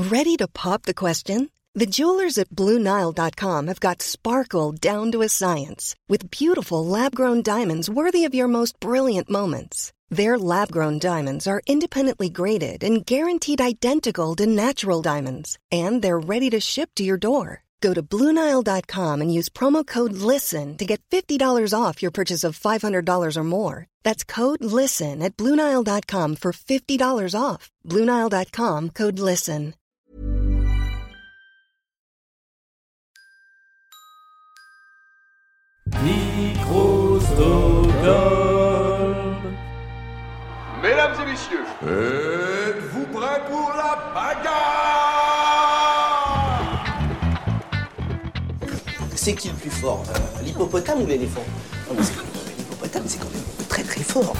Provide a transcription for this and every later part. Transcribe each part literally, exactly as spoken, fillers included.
Ready to pop the question? The jewelers at Blue Nile dot com have got sparkle down to a science with beautiful lab-grown diamonds worthy of your most brilliant moments. Their lab-grown diamonds are independently graded and guaranteed identical to natural diamonds, and they're ready to ship to your door. Go to Blue Nile dot com and use promo code LISTEN to get fifty dollars off your purchase of five hundred dollars or more. That's code LISTEN at Blue Nile dot com for fifty dollars off. Blue Nile dot com, code LISTEN. Micro-Stockholm. Mesdames et messieurs, Êtes-vous prêts pour la bagarre? C'est qui le plus fort, euh, l'hippopotame ou l'éléphant? Non, mais c'est quand même, l'hippopotame, c'est quand même très très fort.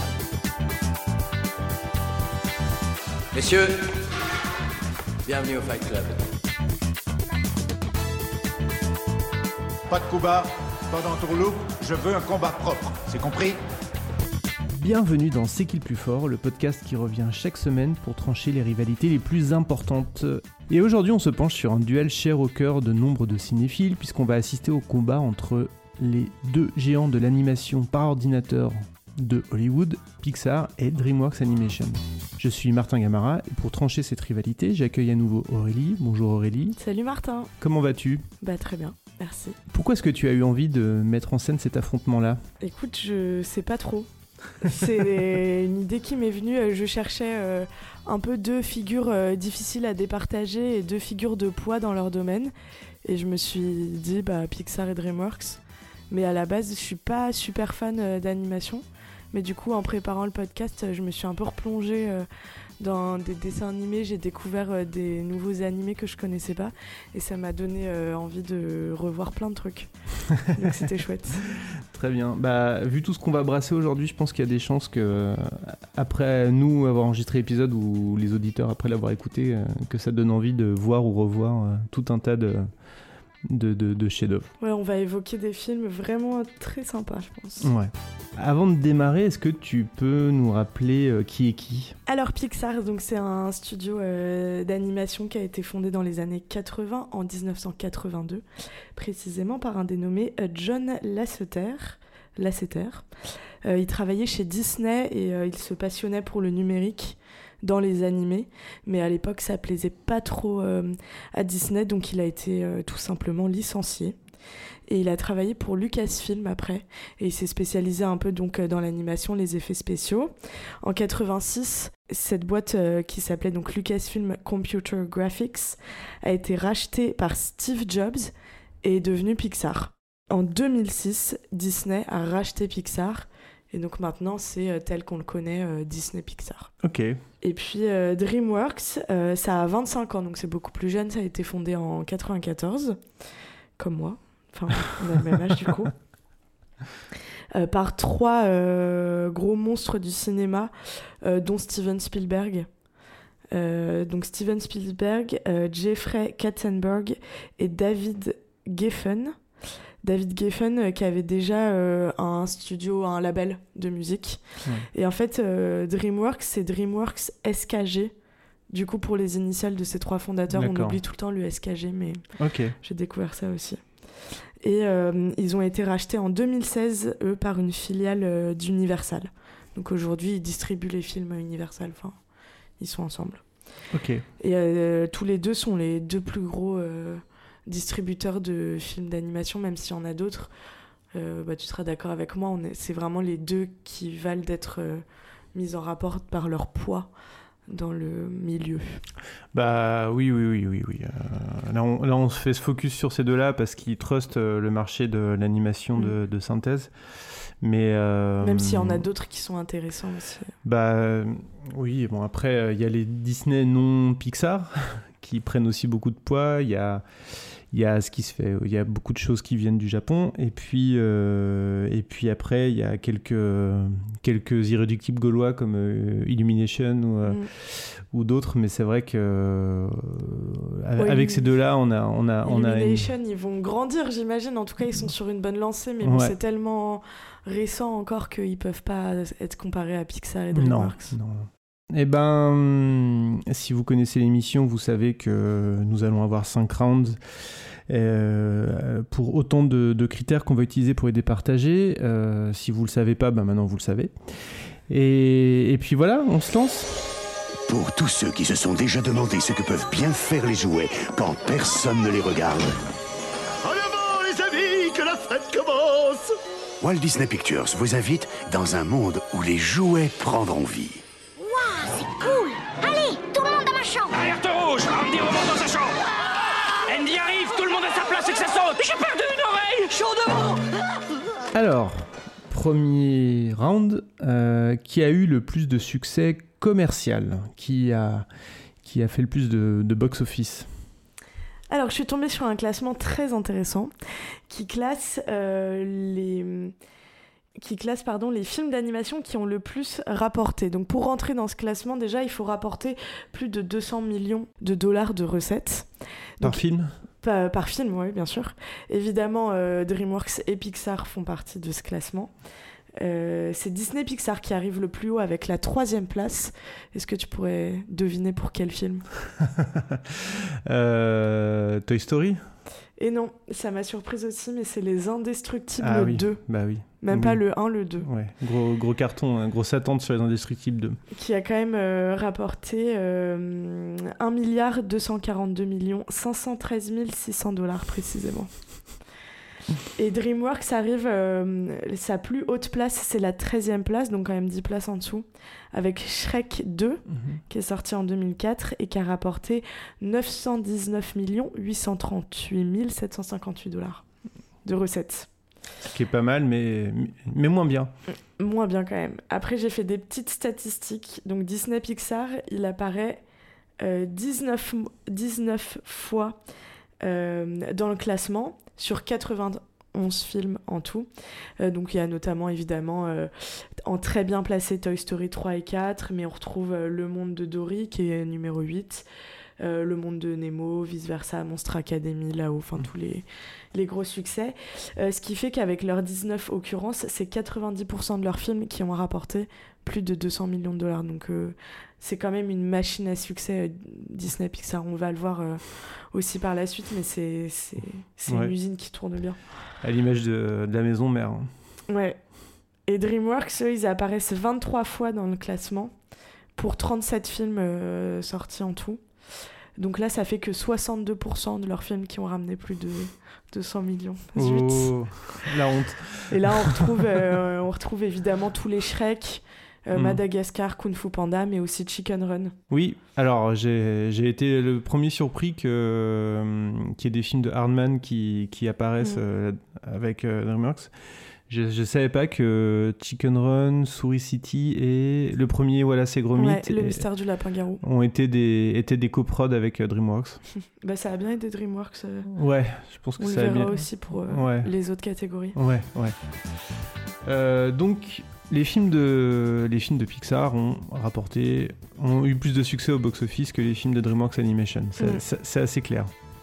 Messieurs, bienvenue au Fight Club. Pas de coup bas, pas d'entourloupe, je veux un combat propre, c'est compris? Bienvenue dans C'est qui le plus fort, le podcast qui revient chaque semaine pour trancher les rivalités les plus importantes. Et aujourd'hui on se penche sur un duel cher au cœur de nombre de cinéphiles puisqu'on va assister au combat entre les deux géants de l'animation par ordinateur de Hollywood, Pixar et DreamWorks Animation. Je suis Martin Gamara et pour trancher cette rivalité, j'accueille à nouveau Aurélie. Bonjour Aurélie. Salut Martin. Comment vas-tu ? Bah très bien, merci. Pourquoi est-ce que tu as eu envie de mettre en scène cet affrontement-là ? Écoute, je sais pas trop. C'est une idée qui m'est venue. Je cherchais euh, un peu deux figures euh, difficiles à départager et deux figures de poids dans leur domaine. Et je me suis dit bah, Pixar et DreamWorks. Mais à la base, je suis pas super fan euh, d'animation. Mais du coup, en préparant le podcast, je me suis un peu replongée euh, dans des dessins animés. J'ai découvert euh, des nouveaux animés que je connaissais pas. Et ça m'a donné euh, envie de revoir plein de trucs. Donc c'était chouette. Très bien. Bah, vu tout ce qu'on va brasser aujourd'hui, je pense qu'il y a des chances que, après nous avoir enregistré l'épisode ou les auditeurs après l'avoir écouté, euh, que ça donne envie de voir ou revoir euh, tout un tas de, de, de, de chefs-d'œuvre. Ouais, on va évoquer des films vraiment très sympas, je pense. Ouais. Avant de démarrer, est-ce que tu peux nous rappeler euh, qui est qui ? Alors Pixar, donc c'est un studio euh, d'animation qui a été fondé dans les années quatre-vingts, en dix-neuf cent quatre-vingt-deux, précisément par un dénommé euh, John Lasseter. Lasseter. Euh, il travaillait chez Disney et euh, il se passionnait pour le numérique dans les animés, mais à l'époque ça plaisait pas trop euh, à Disney, donc il a été euh, tout simplement licencié. Et il a travaillé pour Lucasfilm après, et il s'est spécialisé un peu donc dans l'animation, les effets spéciaux. En quatre-vingt-six, cette boîte euh, qui s'appelait donc Lucasfilm Computer Graphics a été rachetée par Steve Jobs et est devenue Pixar. En deux mille six, Disney a racheté Pixar, et donc maintenant c'est euh, tel qu'on le connaît, euh, Disney Pixar. Ok. Et puis euh, DreamWorks, euh, ça a vingt-cinq ans, donc c'est beaucoup plus jeune, ça a été fondé en quatre-vingt-quatorze, comme moi. Enfin, on a le même âge du coup. Euh, par trois euh, gros monstres du cinéma, euh, dont Steven Spielberg. Euh, donc Steven Spielberg, euh, Jeffrey Katzenberg et David Geffen. David Geffen euh, qui avait déjà euh, un studio, un label de musique. Ouais. Et en fait, euh, DreamWorks, c'est DreamWorks S K G. Du coup, pour les initiales de ces trois fondateurs, D'accord. On oublie tout le temps le S K G, mais okay. J'ai découvert ça aussi. Et euh, ils ont été rachetés en deux mille seize, eux, par une filiale euh, d'Universal. Donc aujourd'hui, ils distribuent les films à Universal. Enfin, ils sont ensemble. Ok. Et euh, tous les deux sont les deux plus gros euh, distributeurs de films d'animation, même s'il y en a d'autres. Euh, bah, tu seras d'accord avec moi, on est, c'est vraiment les deux qui valent d'être euh, mis en rapport par leur poids dans le milieu. Bah oui, oui, oui, oui, oui. Euh, là, on, là, on se fait se focus sur ces deux-là parce qu'ils trustent euh, le marché de l'animation mmh. de, de synthèse. Mais euh, même s'il y en a d'autres qui sont intéressants aussi. Bah euh, oui, bon après il euh, y a les Disney non Pixar qui prennent aussi beaucoup de poids. Il y a il y a ce qui se fait, il y a beaucoup de choses qui viennent du Japon et puis euh, et puis après il y a quelques quelques irréductibles gaulois comme euh, Illumination ou euh, mm. ou d'autres, mais c'est vrai que euh, ouais, avec ces deux-là, on a on a on a Illumination, une... ils vont grandir, j'imagine. En tout cas, ils sont sur une bonne lancée, mais bon, ouais. C'est tellement récent encore qu'ils peuvent pas être comparés à Pixar et DreamWorks. Non, non. Eh ben, si vous connaissez l'émission, vous savez que nous allons avoir cinq rounds euh, pour autant de, de critères qu'on va utiliser pour les départager. Euh, si vous le savez pas, ben maintenant vous le savez. Et, et puis voilà, on se lance. Pour tous ceux qui se sont déjà demandé ce que peuvent bien faire les jouets quand personne ne les regarde. En avant les amis, que la fête commence! Walt Disney Pictures vous invite dans un monde où les jouets prendront vie. Waouh, c'est cool! Allez, tout le monde dans ma chambre! Alerte rouge! Andy remonte dans sa chambre! Andy arrive, tout le monde à sa place et que ça saute! J'ai perdu une oreille! Chaud devant! Alors, premier round, euh, qui a eu le plus de succès commercial, qui a, qui a fait le plus de, de box-office? Alors, je suis tombée sur un classement très intéressant qui classe euh, les... qui classe pardon, les films d'animation qui ont le plus rapporté. Donc pour rentrer dans ce classement, déjà, il faut rapporter plus de deux cents millions de dollars de recettes. Par Donc, film par, par film, oui, bien sûr. Évidemment, euh, DreamWorks et Pixar font partie de ce classement. Euh, c'est Disney Pixar qui arrive le plus haut avec la troisième place. Est-ce que tu pourrais deviner pour quel film? euh, Toy Story? Et non, ça m'a surprise aussi, mais c'est Les Indestructibles ah, oui. deux. Bah oui. Même oui. pas le un, le deux. Ouais, gros, gros carton, hein, grosse attente sur Les Indestructibles deux. Qui a quand même euh, rapporté euh, un milliard deux cent quarante-deux millions cinq cent treize mille six cents dollars précisément. Et DreamWorks arrive, euh, sa plus haute place, c'est la treizième place, donc quand même dix places en dessous, avec Shrek deux, mm-hmm. qui est sorti en deux mille quatre et qui a rapporté neuf cent dix-neuf millions huit cent trente-huit mille sept cent cinquante-huit dollars de recettes. Ce qui est pas mal, mais, mais moins bien. Moins bien quand même. Après, j'ai fait des petites statistiques. Donc Disney Pixar, il apparaît euh, dix-neuf, dix-neuf fois euh, dans le classement, sur quatre-vingt-onze films en tout. Euh, donc il y a notamment évidemment euh, en très bien placé Toy Story trois et quatre, mais on retrouve euh, Le Monde de Dory qui est numéro huit, euh, Le Monde de Nemo, Vice Versa, Monstre Academy, là-haut, enfin mmh. tous les, les gros succès. Euh, ce qui fait qu'avec leurs dix-neuf occurrences, c'est quatre-vingt-dix pour cent de leurs films qui ont rapporté plus de deux cents millions de dollars. Donc euh, c'est quand même une machine à succès, euh, Disney Pixar. On va le voir euh, aussi par la suite, mais c'est, c'est, c'est ouais. une usine qui tourne bien. À l'image de, de la maison mère. Hein. Ouais. Et DreamWorks, eux, ils apparaissent vingt-trois fois dans le classement pour trente-sept films euh, sortis en tout. Donc là, ça fait que soixante-deux pour cent de leurs films qui ont ramené plus de deux cents millions. Oh, la honte. Et là, on retrouve, euh, on retrouve évidemment tous les Shrek, Euh, mm. Madagascar, Kung Fu Panda, mais aussi Chicken Run. Oui, alors j'ai, j'ai été le premier surpris que, euh, qu'il y ait des films de Hardman qui, qui apparaissent mm. euh, avec euh, DreamWorks. Je ne savais pas que Chicken Run, Souris City et le premier, voilà, c'est Gromit. Ouais, Le Mystère du Lapin-Garou. Ont été des, été des coprods avec euh, DreamWorks. Bah, ça a bien été DreamWorks. Euh... Ouais, je pense que On ça a bien. On le verra aussi pour euh, ouais. les autres catégories. Ouais, ouais. Euh, donc. Les films, de, les films de Pixar ont rapporté, ont eu plus de succès au box-office que les films de DreamWorks Animation. C'est, mmh. c'est, c'est assez clair.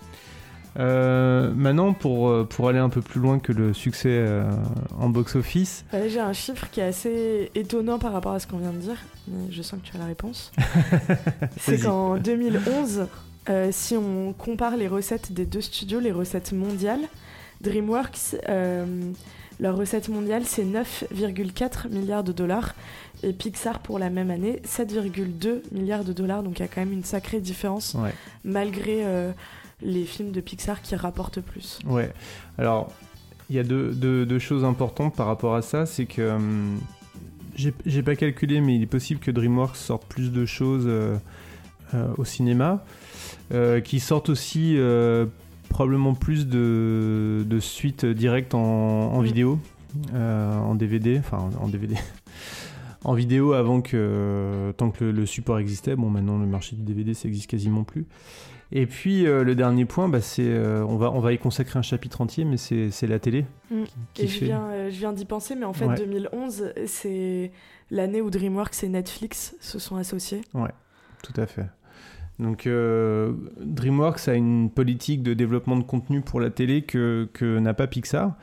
Euh, maintenant, pour, pour aller un peu plus loin que le succès euh, en box-office... Allez, j'ai un chiffre qui est assez étonnant par rapport à ce qu'on vient de dire, mais je sens que tu as la réponse. C'est qu'en deux mille onze, euh, si on compare les recettes des deux studios, les recettes mondiales, DreamWorks... Euh, leur recette mondiale, c'est neuf virgule quatre milliards de dollars. Et Pixar, pour la même année, sept virgule deux milliards de dollars. Donc il y a quand même une sacrée différence, ouais. malgré euh, les films de Pixar qui rapportent plus. Ouais. Alors, il y a deux, deux, deux choses importantes par rapport à ça. C'est que, hum, j'ai, j'ai pas calculé, mais il est possible que DreamWorks sorte plus de choses euh, euh, au cinéma. Euh, qui sortent aussi... Euh, probablement plus de, de suites directes en, en mmh. vidéo, euh, en D V D, enfin en D V D, en vidéo avant que, euh, tant que le, le support existait. Bon, maintenant le marché du D V D, ça existe quasiment plus. Et puis euh, le dernier point, bah, c'est, euh, on va, on va y consacrer un chapitre entier, mais c'est, c'est la télé. Mmh. Qui, qui et fait... je viens, euh, je viens d'y penser, mais en fait ouais. deux mille onze, c'est l'année où DreamWorks et Netflix se sont associés. Ouais, tout à fait. Donc euh, DreamWorks a une politique de développement de contenu pour la télé que, que n'a pas Pixar,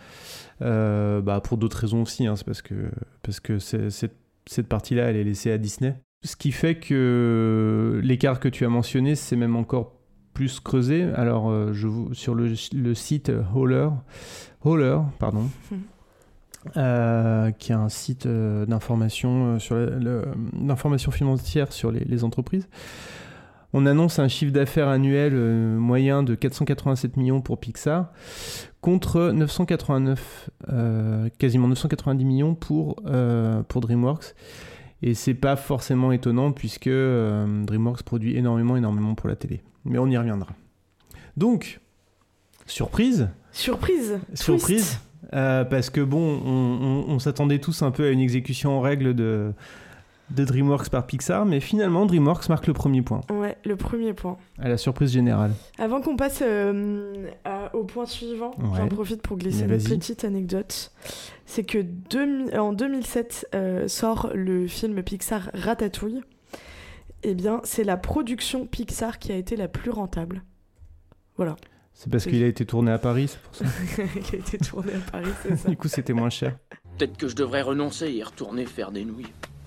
euh, bah pour d'autres raisons aussi, hein, c'est parce que, parce que c'est, cette, cette partie-là elle est laissée à Disney. Ce qui fait que l'écart que tu as mentionné, c'est même encore plus creusé. Alors, euh, je vous, sur le, le site Hauler, Hauler pardon, mmh. euh, qui est un site euh, d'information, euh, sur le, le, d'information financière sur les, les entreprises, on annonce un chiffre d'affaires annuel euh, moyen de quatre cent quatre-vingt-sept millions pour Pixar, contre neuf cent quatre-vingt-neuf, euh, quasiment neuf cent quatre-vingt-dix millions pour, euh, pour DreamWorks. Et c'est pas forcément étonnant puisque euh, DreamWorks produit énormément, énormément pour la télé. Mais on y reviendra. Donc, surprise. Surprise. Surprise. Euh, parce que bon, on, on, on s'attendait tous un peu à une exécution en règle de, de DreamWorks par Pixar, mais finalement, DreamWorks marque le premier point. Ouais, le premier point. À la surprise générale. Avant qu'on passe euh, à, au point suivant, ouais. J'en profite pour glisser mais une vas-y. petite anecdote. C'est que deux, en deux mille sept euh, sort le film Pixar Ratatouille. Eh bien, c'est la production Pixar qui a été la plus rentable. Voilà. C'est parce c'est... qu'il a été tourné à Paris, c'est pour ça. Il a été tourné à Paris, c'est ça. Du coup, c'était moins cher. Peut-être que je devrais renoncer et retourner faire des nouilles.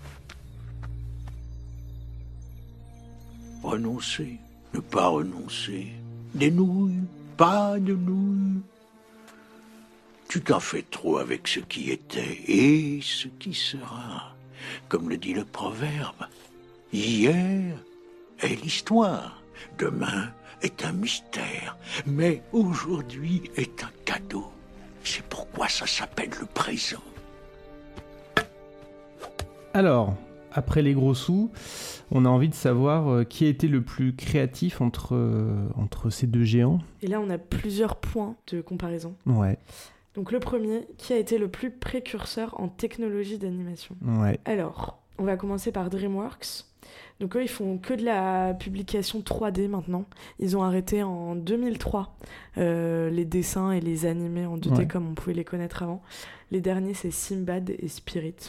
Renoncer, ne pas renoncer. Des nouilles, pas de nouilles. Tu t'en fais trop avec ce qui était et ce qui sera. Comme le dit le proverbe, hier est l'histoire, demain est un mystère, mais aujourd'hui est un cadeau. C'est pourquoi ça s'appelle le présent. Alors, après les gros sous, on a envie de savoir euh, qui a été le plus créatif entre, euh, entre ces deux géants. Et là, on a plusieurs points de comparaison. Ouais. Donc le premier, qui a été le plus précurseur en technologie d'animation. Ouais. Alors, on va commencer par DreamWorks. Donc eux, ils font que de la publication trois D maintenant. Ils ont arrêté en deux mille trois euh, les dessins et les animés en deux D ouais. comme on pouvait les connaître avant. Les derniers, c'est Sinbad et Spirit.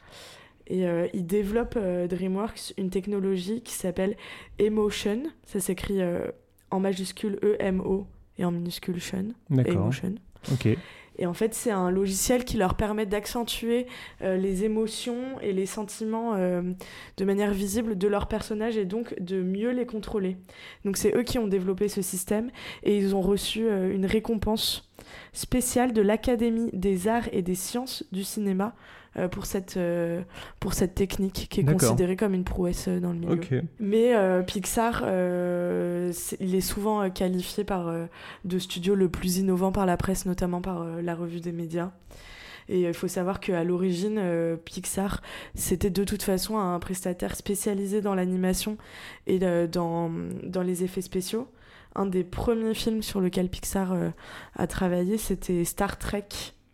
Et euh, ils développent, euh, DreamWorks, une technologie qui s'appelle Emotion. Ça s'écrit euh, en majuscule E M O et en minuscule Shun. D'accord. Emotion. Ok. Et en fait, c'est un logiciel qui leur permet d'accentuer euh, les émotions et les sentiments euh, de manière visible de leurs personnages et donc de mieux les contrôler. Donc c'est eux qui ont développé ce système et ils ont reçu euh, une récompense spéciale de l'Académie des arts et des sciences du cinéma euh, pour, cette, euh, pour cette technique qui est D'accord. considérée comme une prouesse dans le milieu. Okay. Mais euh, Pixar, euh, c'est, il est souvent euh, qualifié par, euh, de studio le plus innovant par la presse, notamment par euh, la revue des médias. Et il euh, faut savoir qu'à l'origine, euh, Pixar, c'était de toute façon un prestataire spécialisé dans l'animation et euh, dans, dans les effets spéciaux. Un des premiers films sur lequel Pixar euh, a travaillé, c'était Star Trek.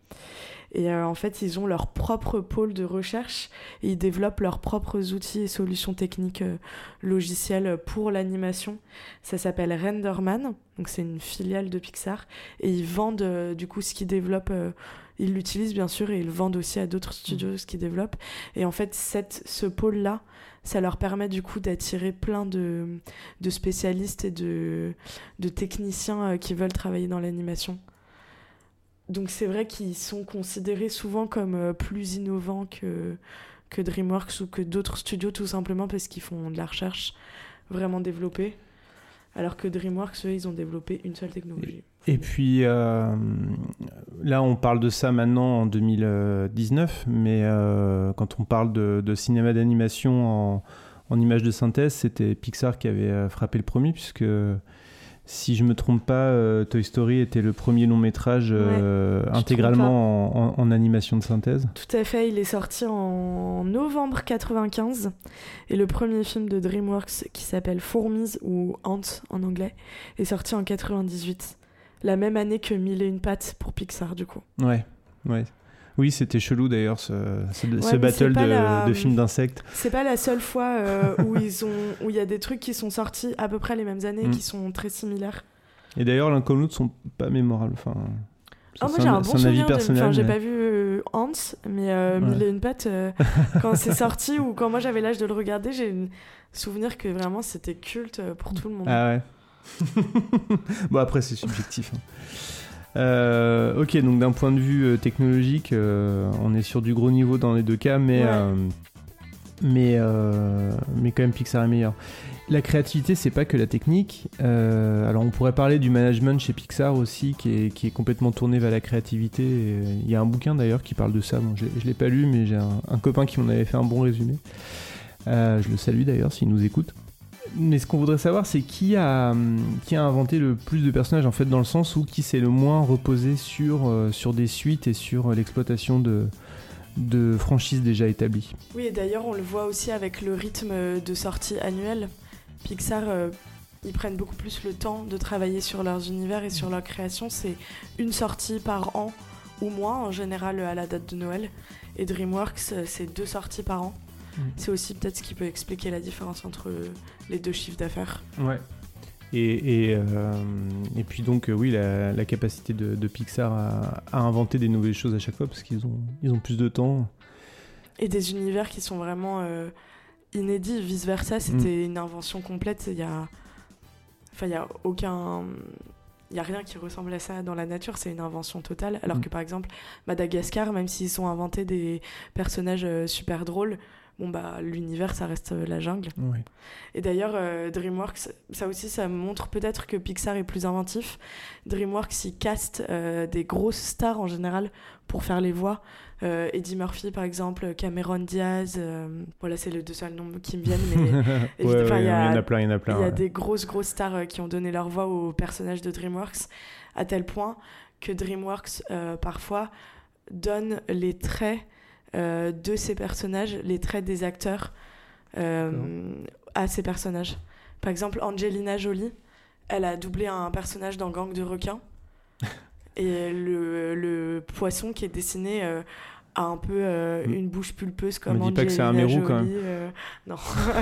Et euh, en fait, ils ont leur propre pôle de recherche et ils développent leurs propres outils et solutions techniques euh, logicielles pour l'animation. Ça s'appelle Renderman, donc c'est une filiale de Pixar. Et ils vendent euh, du coup ce qu'ils développent, euh, ils l'utilisent bien sûr et ils le vendent aussi à d'autres studios ce qu'ils développent. Et en fait, cette, ce pôle-là, ça leur permet du coup d'attirer plein de, de spécialistes et de, de techniciens euh, qui veulent travailler dans l'animation. Donc c'est vrai qu'ils sont considérés souvent comme euh, plus innovants que, que DreamWorks ou que d'autres studios, tout simplement parce qu'ils font de la recherche vraiment développée, alors que DreamWorks, eux, ils ont développé une seule technologie. Et, et puis euh, là, on parle de ça maintenant en deux mille dix-neuf, mais euh, quand on parle de, de cinéma d'animation en, en images de synthèse, c'était Pixar qui avait frappé le premier, puisque... Si je ne me trompe pas, euh, Toy Story était le premier long métrage euh, ouais, intégralement en, en, en animation de synthèse. Tout à fait, il est sorti en novembre quatre-vingt-quinze. Et le premier film de DreamWorks, qui s'appelle Fourmis, ou Ants en anglais, est sorti en quatre-vingt-dix-huit. La même année que Mille et une pattes pour Pixar, du coup. Ouais, ouais. Oui, c'était chelou d'ailleurs, ce, ce, ouais, ce battle de, la... de films d'insectes. C'est pas la seule fois euh, où ils ont, où il y a des trucs qui sont sortis à peu près les mêmes années, mm. qui sont très similaires. Et d'ailleurs, l'un comme l'autre sont pas mémorables. Enfin, oh, moi j'ai un, un bon souvenir. De... Enfin, j'ai mais... pas vu euh, Ants, mais euh, ouais. Mille et une pattes, euh, quand c'est sorti ou quand moi j'avais l'âge de le regarder, j'ai un souvenir que vraiment c'était culte pour tout le monde. Ah ouais. Bon, après, c'est subjectif. Hein. Euh, ok, donc d'un point de vue euh, technologique, euh, on est sur du gros niveau dans les deux cas, mais, ouais. euh, mais, euh, mais quand même Pixar est meilleur. La créativité, c'est pas que la technique. Euh, alors on pourrait parler du management chez Pixar aussi, qui est, qui est complètement tourné vers la créativité. Il y a un bouquin d'ailleurs qui parle de ça. Bon, je, je l'ai pas lu, mais j'ai un, un copain qui m'en avait fait un bon résumé. Euh, je le salue d'ailleurs s'il nous écoute. Mais ce qu'on voudrait savoir, c'est qui a, qui a inventé le plus de personnages, en fait, dans le sens où qui s'est le moins reposé sur, euh, sur des suites et sur l'exploitation de, de franchises déjà établies. Oui, et d'ailleurs, on le voit aussi avec le rythme de sortie annuelle. Pixar, euh, ils prennent beaucoup plus le temps de travailler sur leurs univers et sur leur création. C'est une sortie par an ou moins, en général à la date de Noël. Et DreamWorks, c'est deux sorties par an. Mmh. C'est aussi peut-être ce qui peut expliquer la différence entre les deux chiffres d'affaires. Ouais. Et, et, euh, et puis donc, euh, oui, la, la capacité de, de Pixar à, à inventer des nouvelles choses à chaque fois, parce qu'ils ont, ils ont plus de temps. Et des univers qui sont vraiment euh, inédits, vice-versa. C'était mmh. une invention complète. Il y a... Enfin, il y a aucun... Il n'y a rien qui ressemble à ça dans la nature, c'est une invention totale. Alors mmh. que par exemple, Madagascar, même s'ils ont inventé des personnages euh, super drôles, bon bah l'univers ça reste euh, la jungle. Oui. Et d'ailleurs euh, DreamWorks, ça aussi ça montre peut-être que Pixar est plus inventif. DreamWorks ils castent euh, des grosses stars en général pour faire les voix. Euh, Eddie Murphy par exemple, Cameron Diaz, euh, voilà c'est les deux seuls noms qui me viennent. Mais ouais, ouais, il y, y en a plein, il y en a plein. Il y a ouais. des grosses grosses stars euh, qui ont donné leur voix aux personnages de DreamWorks, à tel point que DreamWorks euh, parfois donne les traits Euh, de ces personnages, les traits des acteurs euh, à ces personnages. Par exemple, Angelina Jolie, elle a doublé un personnage dans Gang de requins et le, le poisson qui est dessiné euh, a un peu euh, une bouche pulpeuse comme Angelina Jolie. Me dis pas que c'est un Jolie, mérou quand même. Euh, non.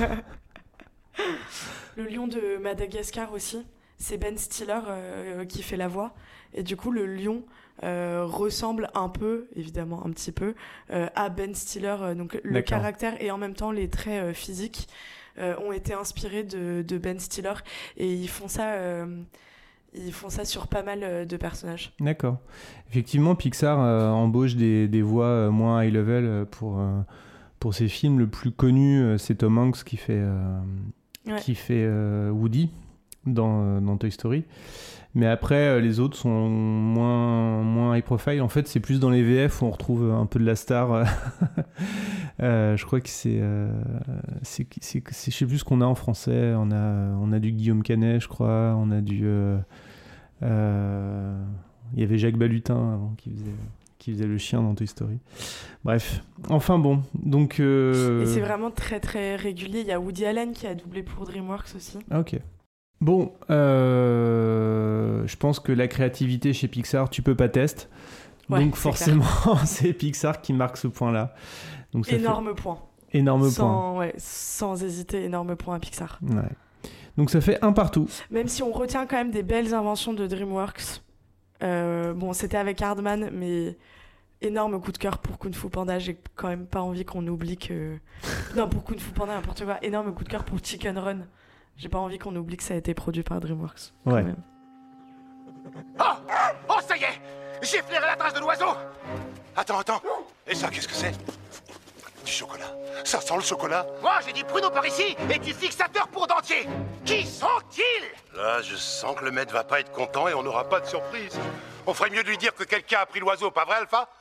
Le lion de Madagascar aussi, c'est Ben Stiller euh, qui fait la voix. Et du coup, le lion euh, ressemble un peu, évidemment un petit peu, euh, à Ben Stiller. Euh, donc le D'accord. caractère et en même temps les traits euh, physiques euh, ont été inspirés de, de Ben Stiller. Et ils font ça... Euh, Ils font ça sur pas mal de personnages. D'accord. Effectivement, Pixar euh, embauche des, des voix euh, moins high level pour, euh, pour ses films. Le plus connu, euh, c'est Tom Hanks qui fait, euh, ouais. qui fait euh, Woody dans, euh, dans Toy Story. Mais après, euh, les autres sont moins, moins high profile. En fait, c'est plus dans les V F où on retrouve un peu de la star. euh, je crois que c'est, euh, c'est, c'est, c'est... Je sais plus ce qu'on a en français. On a, on a du Guillaume Canet, je crois. On a du... Euh, euh, il y avait Jacques Balutin avant qui faisait, qui faisait le chien dans Toy Story. Bref. Enfin bon. Donc... Euh... Et c'est vraiment très très régulier. Il y a Woody Allen qui a doublé pour DreamWorks aussi. Ah, ok. Bon, euh, je pense que la créativité chez Pixar, tu peux pas tester. Ouais, donc c'est forcément, c'est Pixar qui marque ce point-là. Donc ça énorme fait... point. Énorme sans, point. Ouais, sans hésiter, énorme point à Pixar. Ouais. Donc ça fait un partout. Même si on retient quand même des belles inventions de DreamWorks. Euh, bon, c'était avec Hardman, mais énorme coup de cœur pour Kung Fu Panda. J'ai quand même pas envie qu'on oublie que... non, pour Kung Fu Panda, n'importe quoi. Énorme coup de cœur pour Chicken Run. J'ai pas envie qu'on oublie que ça a été produit par DreamWorks. Ouais. Même. Oh, oh, ça y est, j'ai flairé la trace de l'oiseau. Attends, attends. Et ça, qu'est-ce que c'est? Du chocolat. Ça sent le chocolat. Moi, j'ai dit pruneau par ici et du fixateur pour dentier. Qui sont-ils? Là, je sens que le maître va pas être content et on n'aura pas de surprise. On ferait mieux de lui dire que quelqu'un a pris l'oiseau, pas vrai, Alpha?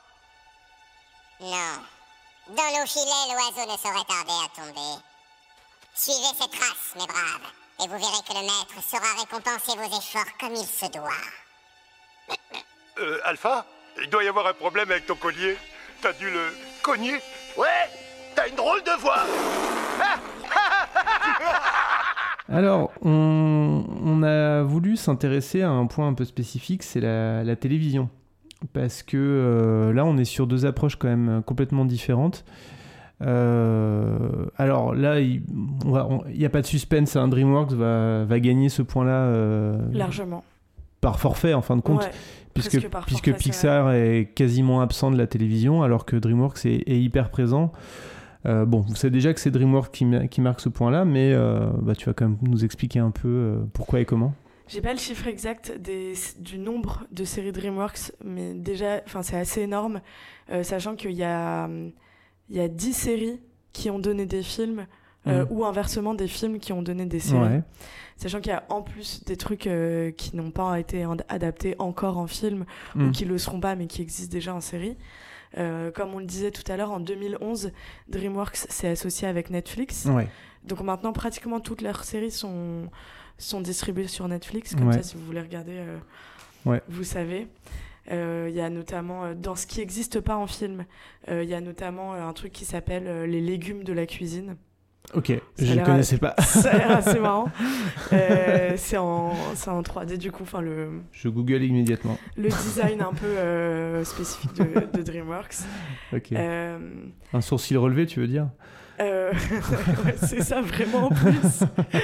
Non. Dans nos filets, l'oiseau ne saurait tarder à tomber. Suivez ces traces, mes braves, et vous verrez que le maître saura récompenser vos efforts comme il se doit. Euh, Alpha? Il doit y avoir un problème avec ton collier. T'as dû le cogner? Ouais, t'as une drôle de voix. Alors, on, on a voulu s'intéresser à un point un peu spécifique, c'est la, la télévision. Parce que euh, là, on est sur deux approches quand même complètement différentes. Euh, alors là, il n'y a pas de suspense, hein, DreamWorks va, va gagner ce point-là euh, largement par forfait en fin de compte, ouais, puisque, par puisque forfait, Pixar est, est quasiment absent de la télévision alors que DreamWorks est, est hyper présent. Euh, bon, vous savez déjà que c'est DreamWorks qui, qui marque ce point-là, mais euh, bah, tu vas quand même nous expliquer un peu euh, pourquoi et comment. J'ai pas le chiffre exact des, du nombre de séries DreamWorks, mais déjà, c'est assez énorme, euh, sachant qu'il y a... Il y a dix séries qui ont donné des films euh, mmh. ou inversement des films qui ont donné des séries. Ouais. Sachant qu'il y a en plus des trucs euh, qui n'ont pas été adaptés encore en film mmh. ou qui le seront pas mais qui existent déjà en série. Euh, comme on le disait tout à l'heure, en deux mille onze, DreamWorks s'est associé avec Netflix. Ouais. Donc maintenant, pratiquement toutes leurs séries sont, sont distribuées sur Netflix. Comme ouais. ça, si vous voulez regarder, euh, ouais. vous savez. Il euh, y a notamment, euh, dans ce qui n'existe pas en film, il euh, y a notamment euh, un truc qui s'appelle euh, les légumes de la cuisine. Ok, ça je ne connaissais pas. Ça a l'air assez marrant. euh, c'est, en, c'est en trois D du coup. Le, je google immédiatement. Le design un peu euh, spécifique de, de DreamWorks. Ok. Euh, un sourcil relevé, tu veux dire euh, ouais, c'est ça vraiment en plus.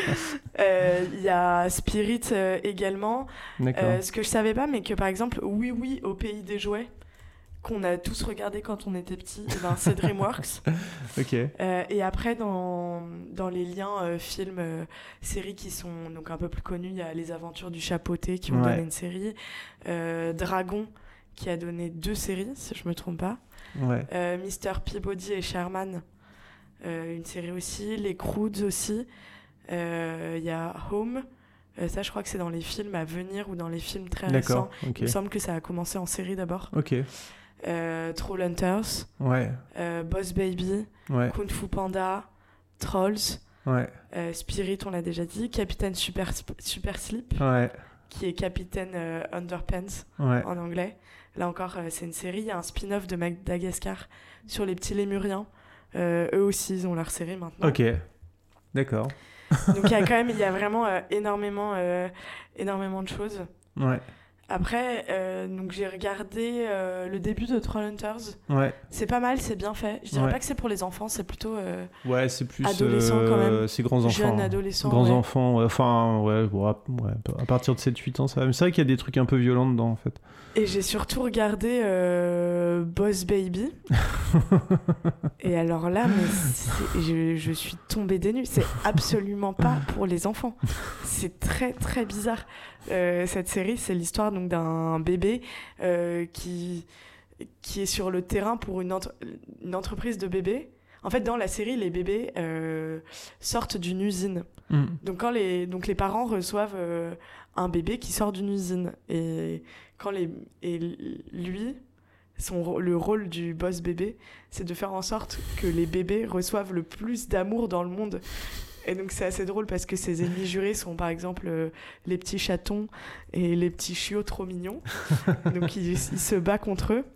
Il euh, y a Spirit euh, également. D'accord. Euh, ce que je savais pas, mais que par exemple, Oui Oui au pays des jouets, qu'on a tous regardé quand on était petits, eh ben, c'est DreamWorks. Ok. Euh, et après, dans, dans les liens euh, films, euh, séries qui sont donc un peu plus connus, il y a Les Aventures du Chapeauté qui ont ouais. donné une série, euh, Dragon qui a donné deux séries, si je me trompe pas. Ouais. Euh, Mister Peabody et Sherman, euh, une série aussi. Les Croods aussi. Il euh, y a Home. Euh, ça, je crois que c'est dans les films à venir ou dans les films très D'accord. récents. Okay. Il me semble que ça a commencé en série d'abord. Ok. Euh, Trollhunters, ouais. euh, Boss Baby, ouais. Kung Fu Panda, Trolls, ouais. euh, Spirit, on l'a déjà dit, Capitaine Super, Super Sleep, ouais. qui est Capitaine euh, Underpants ouais. en anglais. Là encore, euh, c'est une série. Il y a un spin-off de Madagascar sur les petits lémuriens. Euh, eux aussi, ils ont leur série maintenant. Ok, d'accord. Donc il y a quand même, il y a vraiment euh, énormément, euh, énormément de choses. Ouais. Après, euh, donc j'ai regardé euh, le début de Trollhunters. Ouais. C'est pas mal, c'est bien fait. Je dirais ouais. pas que c'est pour les enfants, c'est plutôt euh, ouais, c'est plus adolescent euh, quand même. C'est grands enfants. Jeunes adolescents. Grands ouais. enfants, ouais. Enfin, ouais, ouais, à partir de sept huit ans, ça va. Mais c'est vrai qu'il y a des trucs un peu violents dedans, en fait. Et j'ai surtout regardé euh, Boss Baby. Et alors là, mais je, je suis tombée des nues. C'est absolument pas pour les enfants. C'est très, très bizarre. Euh, cette série, c'est l'histoire donc, d'un bébé euh, qui, qui est sur le terrain pour une, entre- une entreprise de bébés. En fait, dans la série, les bébés euh, sortent d'une usine. Mmh. Donc, quand les, donc, les parents reçoivent euh, un bébé qui sort d'une usine. Et, quand les, et lui, son, le rôle du boss bébé, c'est de faire en sorte que les bébés reçoivent le plus d'amour dans le monde. Et donc c'est assez drôle parce que ses ennemis jurés sont par exemple euh, les petits chatons et les petits chiots trop mignons. Donc il, il se bat contre eux.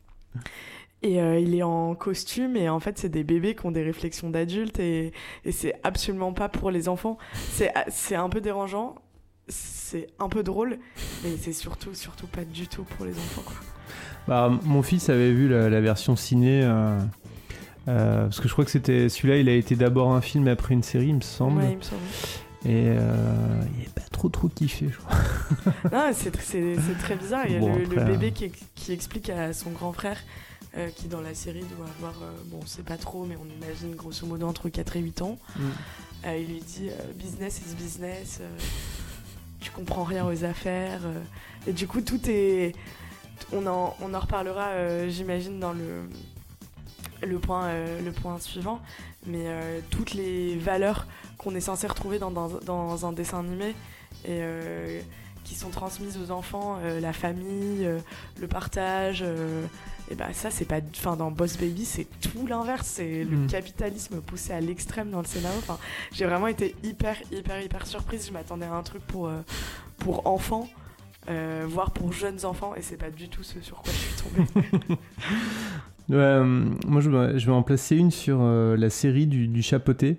Et euh, il est en costume et en fait c'est des bébés qui ont des réflexions d'adultes et, et c'est absolument pas pour les enfants. C'est, c'est un peu dérangeant, c'est un peu drôle, mais c'est surtout, surtout pas du tout pour les enfants, quoi. Bah, mon fils avait vu la, la version ciné... Euh... Euh, parce que je crois que c'était celui-là, il a été d'abord un film après une série, il me semble. Ouais, il me semble. Et euh, il n'est pas trop trop kiffé, je crois. Non, c'est, c'est, c'est très bizarre. Il y a bon, le, après, le bébé qui, qui explique à son grand frère, euh, qui dans la série doit avoir, euh, bon, c'est pas trop, mais on imagine grosso modo entre quatre et huit ans. Mm. Euh, il lui dit euh, business is business, euh, tu comprends rien aux affaires. Euh, et du coup, tout est. On en, on en reparlera, euh, j'imagine, dans le. Le point, euh, le point suivant, mais euh, toutes les valeurs qu'on est censé retrouver dans, dans, dans un dessin animé et euh, qui sont transmises aux enfants, euh, la famille, euh, le partage, euh, et bah ça c'est pas, enfin dans Boss Baby c'est tout l'inverse, c'est mmh. le capitalisme poussé à l'extrême dans le scénario. Enfin, j'ai vraiment été hyper hyper hyper surprise. Je m'attendais à un truc pour euh, pour enfants. Euh, voire pour jeunes enfants, et c'est pas du tout ce sur quoi je suis tombée. Euh, moi je vais, je vais en placer une sur euh, la série du, du Chapeauté.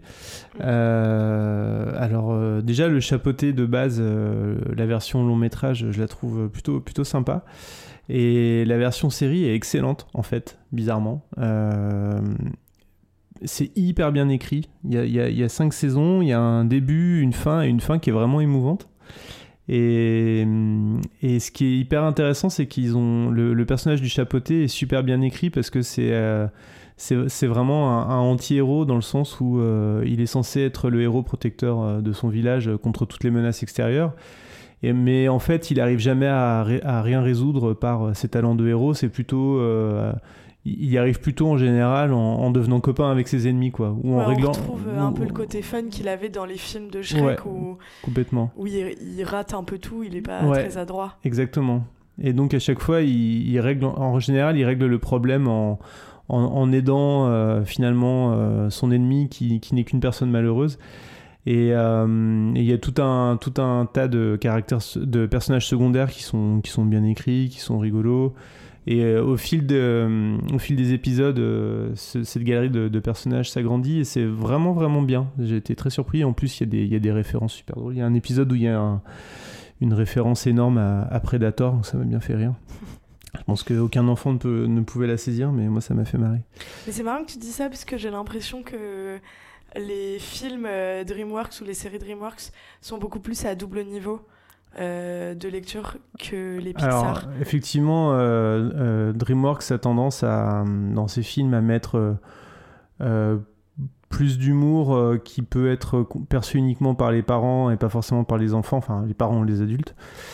Euh, alors euh, déjà le Chapeauté de base, euh, la version long métrage, je la trouve plutôt, plutôt sympa, et la version série est excellente en fait, bizarrement. Euh, c'est hyper bien écrit, il y a, il y a, il y a cinq saisons, il y a un début, une fin, et une fin qui est vraiment émouvante. Et, et ce qui est hyper intéressant, c'est qu'ils ont le, le personnage du Chapeauté est super bien écrit parce que c'est euh, c'est, c'est vraiment un, un anti-héros dans le sens où euh, il est censé être le héros protecteur de son village contre toutes les menaces extérieures. Et, mais en fait, il n'arrive jamais à, à rien résoudre par ses talents de héros. C'est plutôt euh, il y arrive plutôt en général en, en devenant copain avec ses ennemis, quoi, ou en ouais, réglant. On retrouve ou, un peu le côté fun qu'il avait dans les films de Shrek, ouais, où, complètement. où il, il rate un peu tout, il est pas ouais, très adroit. Exactement. Et donc à chaque fois, il, il règle, en général, il règle le problème en, en, en aidant euh, finalement euh, son ennemi qui, qui n'est qu'une personne malheureuse. Et il euh, y a tout un, tout un tas de caractères, de personnages secondaires qui sont, qui sont bien écrits, qui sont rigolos. Et euh, au, fil de, euh, au fil des épisodes, euh, ce, cette galerie de, de personnages s'agrandit et c'est vraiment, vraiment bien. J'ai été très surpris. En plus, il y, y a des références super drôles. Il y a un épisode où il y a un, une référence énorme à, à Predator, donc ça m'a bien fait rire. Je pense qu'aucun enfant ne, peut, ne pouvait la saisir, mais moi, ça m'a fait marrer. Mais c'est marrant que tu dis ça, parce que j'ai l'impression que les films euh, DreamWorks ou les séries DreamWorks sont beaucoup plus à double niveau euh, de lecture que les Pixar. Alors, effectivement, euh, euh, DreamWorks a tendance à, dans ses films, à mettre euh, plus d'humour euh, qui peut être perçu uniquement par les parents et pas forcément par les enfants, enfin les parents ou les adultes.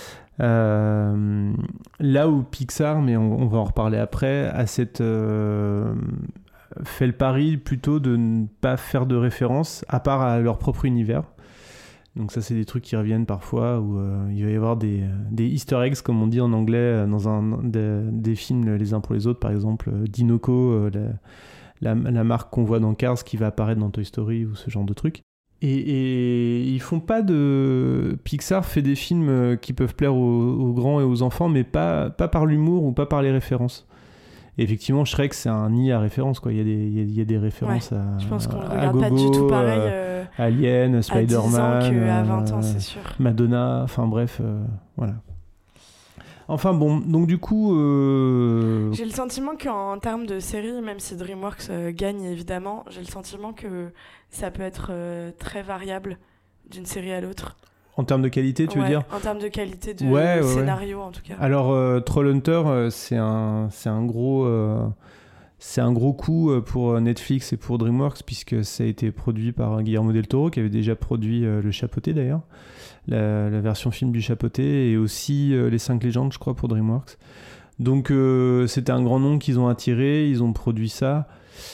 Euh, là où Pixar, mais on, on va en reparler après, a cette... Euh, fait le pari plutôt de ne pas faire de référence à part à leur propre univers. Donc ça, c'est des trucs qui reviennent parfois où euh, il va y avoir des, des easter eggs, comme on dit en anglais, dans un, des, des films les uns pour les autres. Par exemple, Dinoco, euh, la, la, la marque qu'on voit dans Cars qui va apparaître dans Toy Story ou ce genre de trucs. Et, et ils font pas de... Pixar fait des films qui peuvent plaire aux, aux grands et aux enfants, mais pas, pas par l'humour ou pas par les références. Et effectivement, Shrek, c'est un nid à références, quoi. Il y a des, il y a, il y a des références ouais, à, je pense qu'on à, regarde Gogo, pas du tout pareil, euh, Alien, Spider-Man, à dix ans qu'à vingt ans, c'est sûr. Madonna, enfin bref, euh, voilà. Enfin bon, donc du coup... Euh... J'ai le sentiment qu'en termes de série, même si DreamWorks euh, gagne évidemment, j'ai le sentiment que ça peut être euh, très variable d'une série à l'autre. En termes de qualité, tu ouais, veux dire ? En termes de qualité de ouais, ouais, scénario, ouais. en tout cas. Alors, euh, Trollhunter, euh, c'est un, c'est un gros... Euh, c'est un gros coup pour Netflix et pour DreamWorks, puisque ça a été produit par Guillermo del Toro, qui avait déjà produit euh, Le Chapeauté, d'ailleurs. La, la version film du Chapeauté, et aussi euh, Les Cinq Légendes, je crois, pour DreamWorks. Donc, euh, c'était un grand nom qu'ils ont attiré, ils ont produit ça.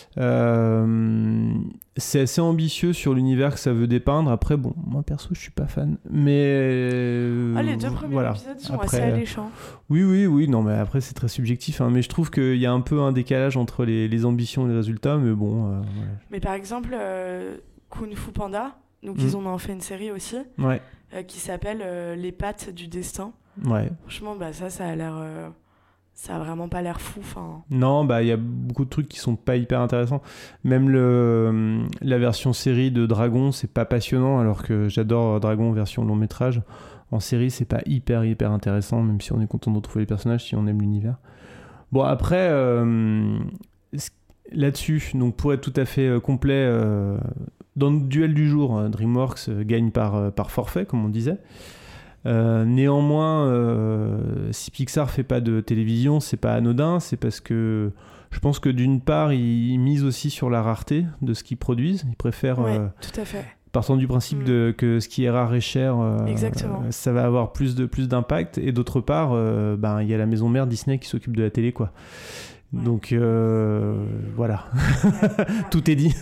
Euh, c'est assez ambitieux sur l'univers que ça veut dépeindre. Après, bon, moi perso, je suis pas fan. Mais euh, ah, les deux premiers voilà. épisodes sont après, assez alléchants. Oui, oui, oui. Non, mais après, c'est très subjectif. Hein, mais je trouve qu'il y a un peu un décalage entre les, les ambitions et les résultats. Mais bon. Euh, ouais. Mais par exemple, euh, Kung Fu Panda, donc mmh. ils en ont fait une série aussi, ouais. euh, qui s'appelle euh, Les Pattes du Destin. Ouais. Franchement, bah ça, ça a l'air. Euh... Ça a vraiment pas l'air fou. Fin... Non, bah il y a beaucoup de trucs qui sont pas hyper intéressants. Même le, la version série de Dragon, c'est pas passionnant, alors que j'adore Dragon version long métrage. En série, c'est pas hyper hyper intéressant, même si on est content de retrouver les personnages, si on aime l'univers. Bon, après, euh, là-dessus, donc pour être tout à fait euh, complet, euh, dans le duel du jour, DreamWorks euh, gagne par, euh, par forfait, comme on disait. Euh, néanmoins, euh, si Pixar fait pas de télévision, c'est pas anodin, c'est parce que je pense que d'une part, ils misent aussi sur la rareté de ce qu'ils produisent. Ils préfèrent, ouais, euh, tout à fait. Partant du principe mmh. de, que ce qui est rare et cher, euh, ça va avoir plus, de, plus d'impact. Et d'autre part, euh, ben, y a la maison mère Disney qui s'occupe de la télé, quoi. Ouais. Donc euh, voilà, tout est dit.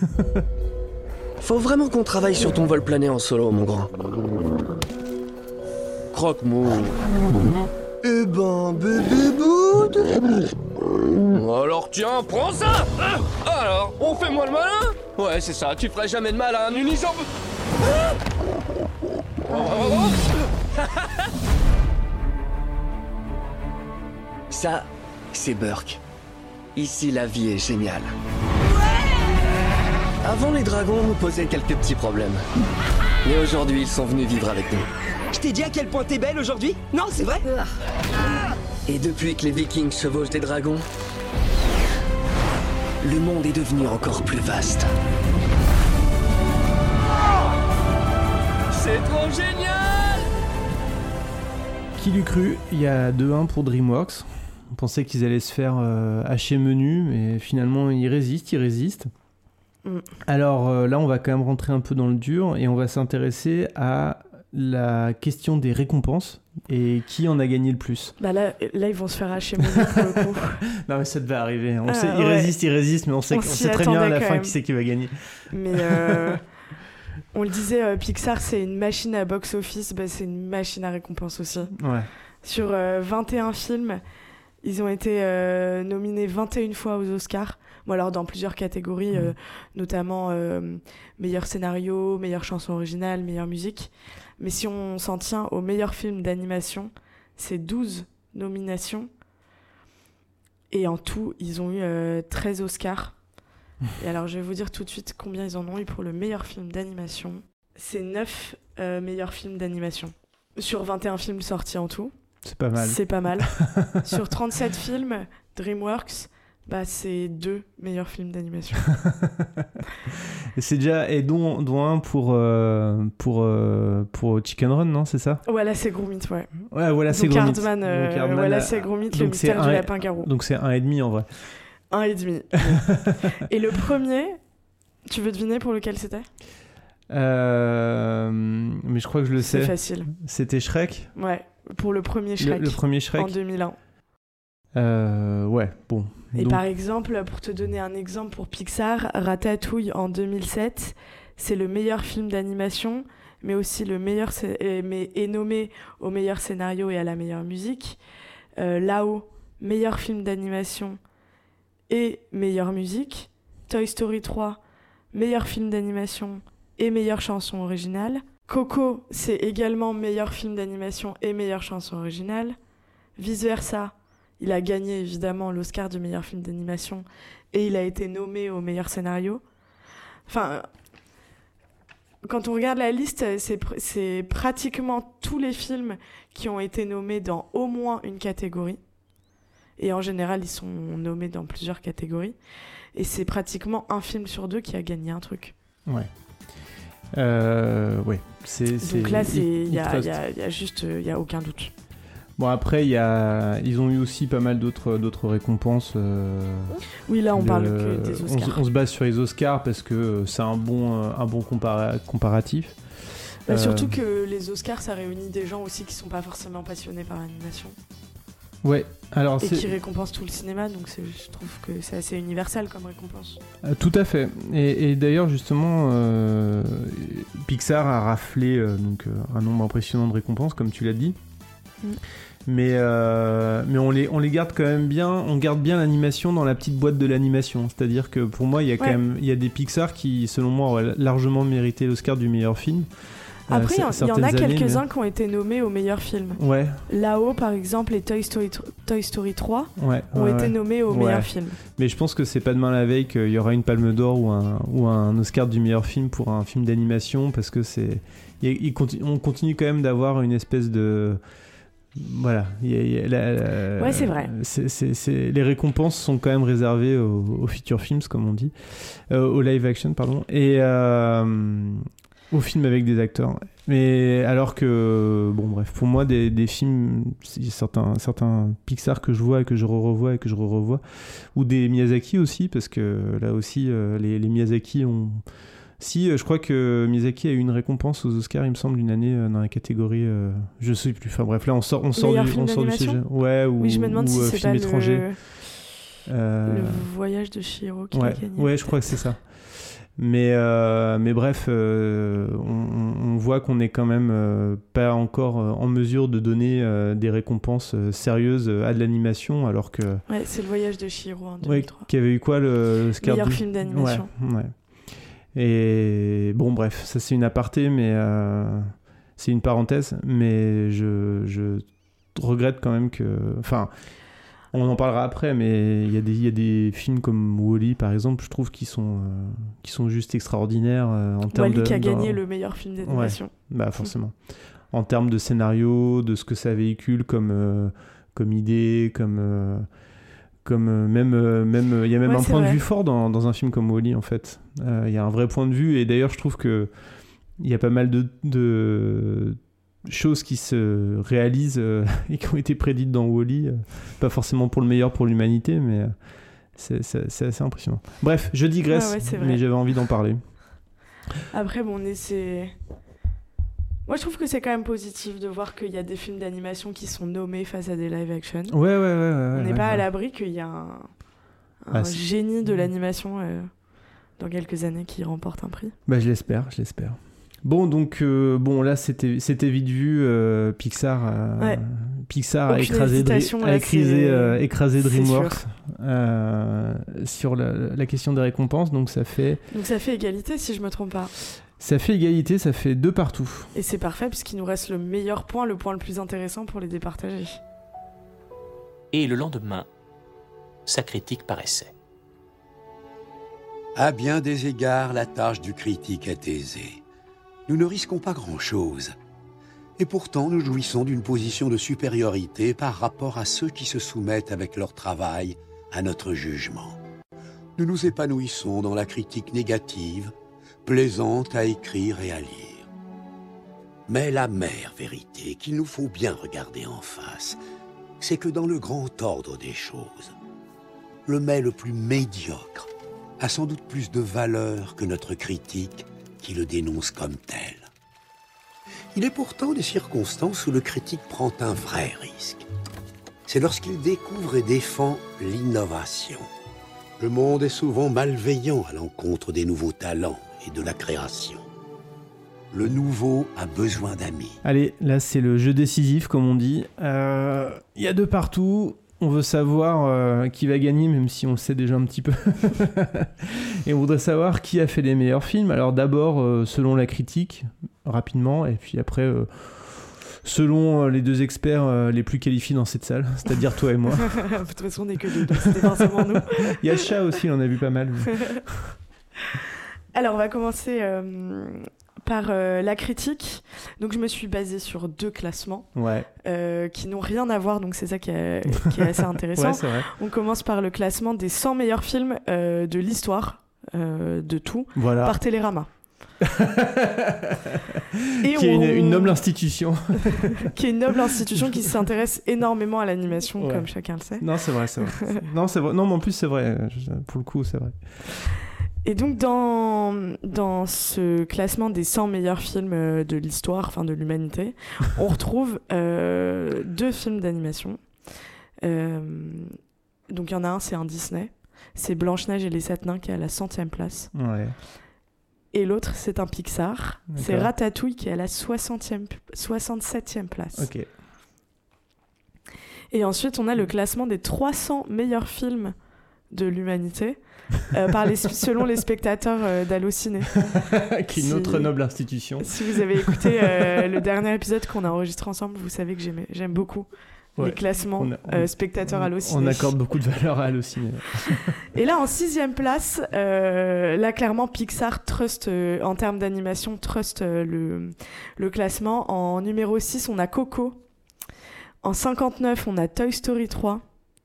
Faut vraiment qu'on travaille sur ton vol plané en solo, mon grand. Croque-mou. Eh ben, bébé boud. Alors tiens, prends ça. Alors, on fait moi le malin. Ouais, c'est ça, tu ferais jamais de mal à un unijambe. Ça, c'est Burke. Ici, la vie est géniale. Avant, les dragons nous posaient quelques petits problèmes. Mais aujourd'hui, ils sont venus vivre avec nous. Je t'ai dit à quel point t'es belle aujourd'hui? Non, c'est vrai? Et depuis que les Vikings chevauchent des dragons, le monde est devenu encore plus vaste. C'est trop génial! Qui l'eût cru? Il y a deux un pour DreamWorks. On pensait qu'ils allaient se faire euh, hacher menu, mais finalement, ils résistent, ils résistent. Mm. Alors euh, là, on va quand même rentrer un peu dans le dur et on va s'intéresser à la question des récompenses et qui en a gagné le plus. Bah là, là ils vont se faire hacher mon nom pour le coup. Non mais ça devait arriver. On Ah, sait, il ouais. résiste, il résiste, mais on sait, On on s'y sait très bien à la attendait fin quand qui c'est qui va gagner. Mais euh, on le disait, euh, Pixar c'est une machine à box-office, bah, c'est une machine à récompense aussi. Ouais. Sur euh, vingt et un films, ils ont été euh, nominés vingt et une fois aux Oscars. Bon, alors dans plusieurs catégories, euh, notamment euh, meilleur scénario, meilleure chanson originale, meilleure musique. Mais si on s'en tient au meilleur film d'animation, c'est douze nominations. Et en tout, ils ont eu euh, treize Oscars. Et alors, je vais vous dire tout de suite combien ils en ont eu pour le meilleur film d'animation. C'est neuf euh, meilleurs films d'animation. Sur vingt et un films sortis en tout. C'est pas mal. C'est pas mal. Sur trente-sept films, DreamWorks, bah, c'est deux meilleurs films d'animation. Et c'est déjà et dont, dont un pour euh, pour euh, pour Chicken Run, non, c'est ça? Voilà, c'est Gromit, ouais. Ouais, voilà, c'est Donc Gromit. Hardman, euh, Donc Hardman, voilà, là- c'est Gromit, le donc c'est mystère un du et- lapin garou. Donc c'est un et demi en vrai. Un et demi. Et le premier, tu veux deviner pour lequel c'était? Euh, mais je crois que je le C'est sais. facile. C'était Shrek. Ouais, pour le premier Le- Shrek. le premier Shrek. En deux mille un. Euh, ouais, bon. Et Donc- par exemple, pour te donner un exemple pour Pixar, Ratatouille en deux mille sept, c'est le meilleur film d'animation, mais aussi le meilleur, scé- euh, mais est nommé au meilleur scénario et à la meilleure musique. Euh, Là-haut, meilleur film d'animation et meilleure musique. Toy Story trois, meilleur film d'animation et meilleure chanson originale. Coco, c'est également meilleur film d'animation et meilleure chanson originale. Vice versa, il a gagné évidemment l'Oscar du meilleur film d'animation et il a été nommé au meilleur scénario. Enfin, quand on regarde la liste, c'est, pr- c'est pratiquement tous les films qui ont été nommés dans au moins une catégorie. Et en général, ils sont nommés dans plusieurs catégories. Et c'est pratiquement un film sur deux qui a gagné un truc. Ouais. Euh, ouais. C'est, c'est, Donc là, c'est il y, a- trust. y a- y a juste, il y a aucun doute. Bon, après, il y a... ils ont eu aussi pas mal d'autres, d'autres récompenses. euh, Oui, là, on le- parle que des on se- Oscars. On, se base sur les Oscars parce que c'est un bon, euh, un bon compara- comparatif. Bah, Euh, Surtout que les Oscars, ça réunit des gens aussi qui sont pas forcément passionnés par l'animation. Ouais, alors Et c'est... qui récompensent tout le cinéma, donc c'est, je trouve que c'est assez universel comme récompense. Euh, Tout à fait. Et, et d'ailleurs, justement, euh, Pixar a raflé euh, donc, euh, un nombre impressionnant de récompenses, comme tu l'as dit. Mm. Mais, euh, mais on, les, on les garde quand même bien. On garde bien l'animation dans la petite boîte de l'animation. C'est-à-dire que pour moi, il y a quand Ouais. même il y a des Pixar qui, selon moi, auraient largement mérité l'Oscar du meilleur film. Euh, Après, il y, en- cer- il y en a certaines années, quelques-uns mais- qui ont été nommés au meilleur film. Ouais. Là-haut, par exemple, les Toy Story, tr- Toy Story trois Ouais, ont ouais, été ouais. nommés au Ouais. meilleur film. Mais je pense que c'est pas demain la veille qu'il y aura une Palme d'Or ou un, ou un Oscar du meilleur film pour un film d'animation, parce que c'est, il y a- il conti- on continue quand même d'avoir une espèce de, voilà, il y a- il y a la- la- Ouais, c'est vrai. c'est- c'est- c'est- les récompenses sont quand même réservées aux, aux feature films, comme on dit, euh, au live action, pardon, et euh, aux films avec des acteurs. Mais alors que, bon bref, pour moi, des, des films, il y a certains, certains Pixar que je vois et que je re-revois et que je re-revois, ou des Miyazaki aussi, parce que là aussi, euh, les, les Miyazaki ont... Si, euh, je crois que Miyazaki a eu une récompense aux Oscars, il me semble, une année euh, dans la catégorie... euh, je sais plus, enfin bref, là on sort, on sort, Meilleur du, film on sort du d'animation sujet. Ouais, ou, Oui, je me demande ou, si euh, c'est film pas étranger. le... Euh, le voyage de Chihiro qui ouais, a gagné. ouais, je crois que c'est ça. Mais, euh, mais bref, euh, on, on voit qu'on n'est quand même euh, pas encore euh, en mesure de donner euh, des récompenses euh, sérieuses à de l'animation, alors que... Ouais, c'est le voyage de Chihiro en deux Ouais, mille trois. qui avait eu quoi le, le Oscar Meilleur du- film d'animation. Ouais, ouais. Et bon, bref, ça c'est une aparté, mais euh, c'est une parenthèse, mais je, je regrette quand même que... Enfin... On en parlera après, mais il y a des, il y a des films comme Wall-E, par exemple, je trouve, qui sont, euh, qui sont juste extraordinaires euh, en termes Wall-E de... qui a dans- gagné le meilleur film d'animation. Ouais, bah forcément. En termes de scénario, de ce que ça véhicule comme, euh, comme idée, comme... euh, comme euh, même euh, même il y a même Ouais, un c'est point vrai. de vue fort dans, dans un film comme Wall-E, en fait. Euh, il y a un vrai point de vue, et d'ailleurs, je trouve que il y a pas mal de... de choses qui se réalisent euh, et qui ont été prédites dans Wall-E, euh, pas forcément pour le meilleur pour l'humanité, mais euh, c'est, c'est, c'est assez impressionnant. Bref, je digresse, Ouais, ouais, c'est vrai. mais j'avais envie d'en parler. Après, bon, on essaie... Moi, je trouve que c'est quand même positif de voir qu'il y a des films d'animation qui sont nommés face à des live action. Ouais, ouais, ouais. ouais On n'est ouais, pas ouais. à l'abri qu'il y a un, un Ah, génie de l'animation euh, dans quelques années qui remporte un prix. Bah, je l'espère, je l'espère. Bon, donc, euh, bon, là, c'était, c'était vite vu. Euh, Pixar, euh, Ouais. Pixar a Aucune écrasé, Dri- hésitation, a là, écrasé, c'est- euh, écrasé c'est DreamWorks sûr. euh, sur la, la question des récompenses. Donc, ça fait, Donc ça fait égalité si je me trompe pas. ça fait égalité, ça fait deux partout. Et c'est parfait puisqu'il nous reste le meilleur point, le point le plus intéressant pour les départager. Et le lendemain, sa critique paraissait. À bien des égards, la tâche du critique est aisée. Nous ne risquons pas grand-chose. Et pourtant, nous jouissons d'une position de supériorité par rapport à ceux qui se soumettent avec leur travail à notre jugement. Nous nous épanouissons dans la critique négative, plaisante à écrire et à lire. Mais la mère vérité qu'il nous faut bien regarder en face, c'est que dans le grand ordre des choses, le mets le plus médiocre a sans doute plus de valeur que notre critique qui le dénonce comme tel. Il est pourtant des circonstances où le critique prend un vrai risque. C'est lorsqu'il découvre et défend l'innovation. Le monde est souvent malveillant à l'encontre des nouveaux talents et de la création. Le nouveau a besoin d'amis. Allez, là, c'est le jeu décisif, comme on dit. Euh, Il y a deux partout. On veut savoir euh, qui va gagner, même si on le sait déjà un petit peu. Et on voudrait savoir qui a fait les meilleurs films. Alors d'abord, euh, selon la critique, rapidement, et puis après, euh, selon euh, les deux experts euh, les plus qualifiés dans cette salle, c'est-à-dire toi et moi. De toute façon, on n'est que deux, donc c'était forcément nous. Il y a le chat aussi, on en a vu pas mal. Alors, on va commencer euh, par euh, la critique. Donc, je me suis basée sur deux classements Ouais. euh, qui n'ont rien à voir, donc c'est ça qui est, qui est assez intéressant. Ouais, c'est vrai. On commence par le classement des cent meilleurs films euh, de l'histoire, euh, de tout, Voilà. par Télérama. Et qui est on... une, une noble institution. qui est une noble institution qui s'intéresse énormément à l'animation, Ouais. comme chacun le sait. Non, c'est vrai, c'est vrai. Non, c'est vrai. Non, mais en plus, c'est vrai. Pour le coup, c'est vrai. Et donc, dans, dans ce classement des cent meilleurs films euh, de l'histoire, enfin de l'humanité, on retrouve euh, deux films d'animation. Euh, donc, il y en a un, c'est un Disney. C'est Blanche-Neige et les Sept Nains qui est à la centième place. Ouais. Et l'autre, c'est un Pixar. D'accord. C'est Ratatouille qui est à la soixantième, soixante-septième place. Ok. Et ensuite, on a le classement des trois cents meilleurs films de l'humanité euh, par les, selon les spectateurs euh, d'Allociné. Qui est une Si- autre noble institution. Si vous avez écouté euh, le dernier épisode qu'on a enregistré ensemble, vous savez que j'aime, j'aime beaucoup Ouais. les classements On a- on- euh, spectateurs Allociné. On accorde beaucoup de valeur à Allociné. Et là, en sixième place, euh, là, clairement, Pixar trust, euh, en termes d'animation, trust euh, le, le classement. En numéro six, on a Coco. En cinquante-neuf, on a Toy Story trois.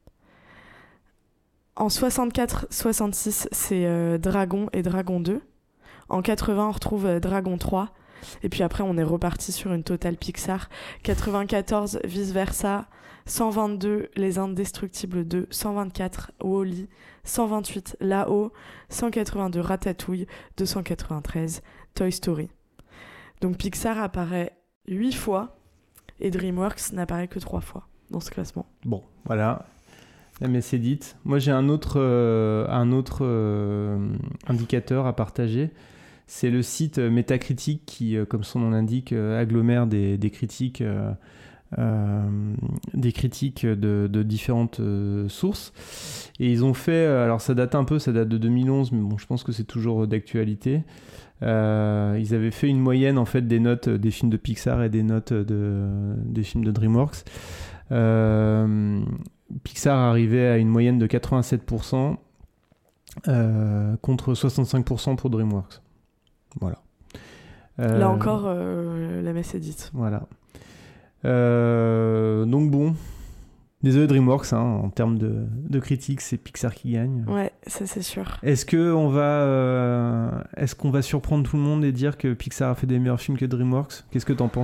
En soixante-quatre soixante-six, c'est euh, Dragon et Dragon deux. En quatre-vingts, on retrouve euh, Dragon trois. Et puis après, on est reparti sur une totale Pixar. quatre-vingt-quatorze, Vice Versa. cent vingt-deux, Les Indestructibles deux. cent vingt-quatre, Wall-E. cent vingt-huit, Là-haut. cent quatre-vingt-deux, Ratatouille. deux cent quatre-vingt-treize, Toy Story. Donc Pixar apparaît huit fois et DreamWorks n'apparaît que trois fois dans ce classement. Bon, voilà. La messe est dite. Moi, j'ai un autre, euh, un autre euh, indicateur à partager. C'est le site Metacritic qui, euh, comme son nom l'indique, euh, agglomère des, des critiques, euh, euh, des critiques de, de différentes euh, sources. Et ils ont fait, alors ça date un peu, ça date de deux mille onze, mais bon, je pense que c'est toujours d'actualité. Euh, ils avaient fait une moyenne en fait des notes des films de Pixar et des notes de, des films de DreamWorks. Euh, Pixar arrivait à une moyenne de quatre-vingt-sept pour cent euh, contre soixante-cinq pour cent pour DreamWorks. Voilà. Euh, Là encore, euh, la messe est dite. Voilà. Euh, donc bon, désolé DreamWorks, hein, en termes de, de critiques, c'est Pixar qui gagne. Ouais, ça c'est sûr. Est-ce que on va, euh, est-ce qu'on va surprendre tout le monde et dire que Pixar a fait des meilleurs films que DreamWorks ? Qu'est-ce que t'en penses toi ?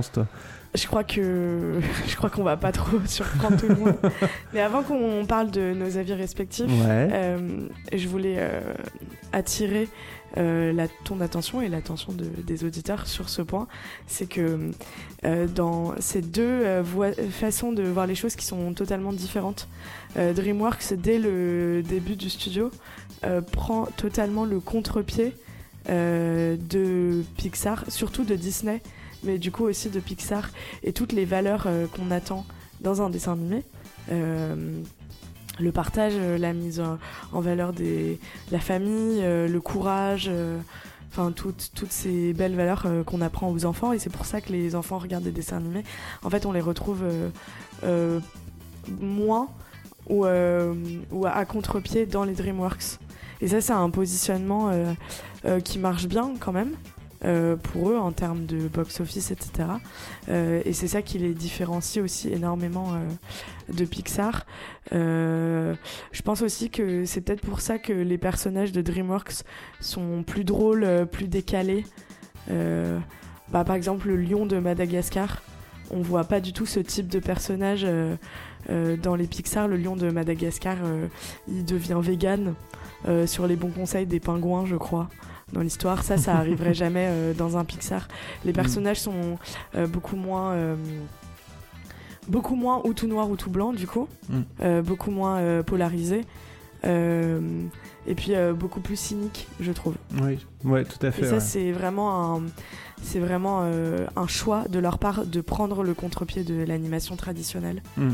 Je crois que je crois qu'on va pas trop surprendre tout le monde. Mais avant qu'on parle de nos avis respectifs, ouais. euh, je voulais euh, attirer euh, la, ton attention et l'attention de, des auditeurs sur ce point. C'est que euh, dans ces deux euh, voies, façons de voir les choses qui sont totalement différentes, euh, DreamWorks, dès le début du studio, euh, prend totalement le contre-pied euh, de Pixar, surtout de Disney, mais du coup aussi de Pixar, et toutes les valeurs euh, qu'on attend dans un dessin animé. Euh, le partage, euh, la mise en, en valeur de la famille, euh, le courage, enfin euh, toutes, toutes ces belles valeurs euh, qu'on apprend aux enfants, et c'est pour ça que les enfants regardent des dessins animés. En fait, on les retrouve euh, euh, moins ou, euh, ou à, à contre-pied dans les DreamWorks. Et ça, c'est un positionnement euh, euh, qui marche bien quand même. Euh, pour eux en termes de box-office, et cetera. Euh, et c'est ça qui les différencie aussi énormément euh, de Pixar. Euh, je pense aussi que c'est peut-être pour ça que les personnages de DreamWorks sont plus drôles, plus décalés. Euh, bah, par exemple, le lion de Madagascar, on voit pas du tout ce type de personnage euh, euh, dans les Pixar. Le lion de Madagascar, euh, il devient vegan euh, sur les bons conseils des pingouins, je crois. Dans l'histoire, ça, ça arriverait jamais euh, dans un Pixar. Les personnages sont euh, beaucoup moins, euh, beaucoup moins ou tout noir ou tout blanc, du coup, mm. euh, beaucoup moins euh, polarisés, euh, et puis euh, beaucoup plus cyniques, je trouve. Oui, ouais, tout à fait. Et ça, ouais. c'est vraiment un, c'est vraiment euh, un choix de leur part de prendre le contre-pied de l'animation traditionnelle. Mm.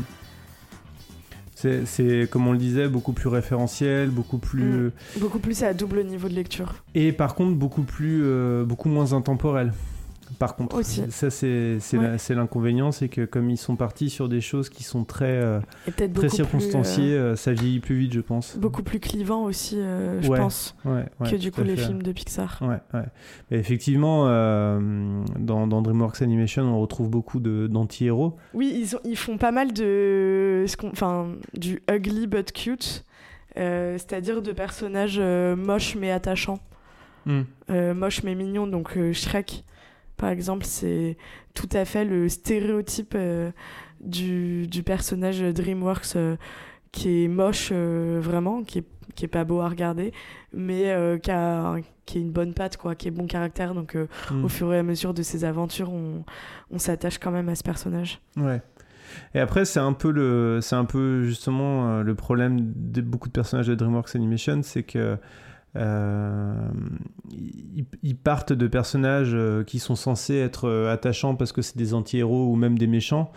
C'est, c'est, comme on le disait, beaucoup plus référentiel, beaucoup plus... Mmh. Beaucoup plus à double niveau de lecture. Et par contre, beaucoup, plus, euh, beaucoup moins intemporel. Par contre, aussi. Ça, c'est, c'est, ouais. la, c'est l'inconvénient, c'est que comme ils sont partis sur des choses qui sont très, euh, très circonstanciées, plus, euh, ça vieillit plus vite, je pense. Beaucoup plus clivant aussi, euh, je ouais. pense, ouais, ouais, que du coup les fait. films de Pixar. Ouais, ouais. Mais effectivement, euh, dans, dans DreamWorks Animation, on retrouve beaucoup de, d'anti-héros. Oui, ils, ont, ils font pas mal de, enfin, du ugly but cute, euh, c'est-à-dire de personnages euh, moches mais attachants, mm. euh, moches mais mignons, donc euh, Shrek. Par exemple, c'est tout à fait le stéréotype euh, du, du personnage DreamWorks euh, qui est moche euh, vraiment, qui est, qui est pas beau à regarder, mais euh, qui, a, qui a une bonne patte, quoi, qui est bon caractère. Donc, euh, mm. au fur et à mesure de ses aventures, on, on s'attache quand même à ce personnage. Ouais. Et après, c'est un peu, le, c'est un peu justement euh, le problème de beaucoup de personnages de DreamWorks Animation, c'est que Euh, ils, ils partent de personnages euh, qui sont censés être euh, attachants parce que c'est des anti-héros ou même des méchants,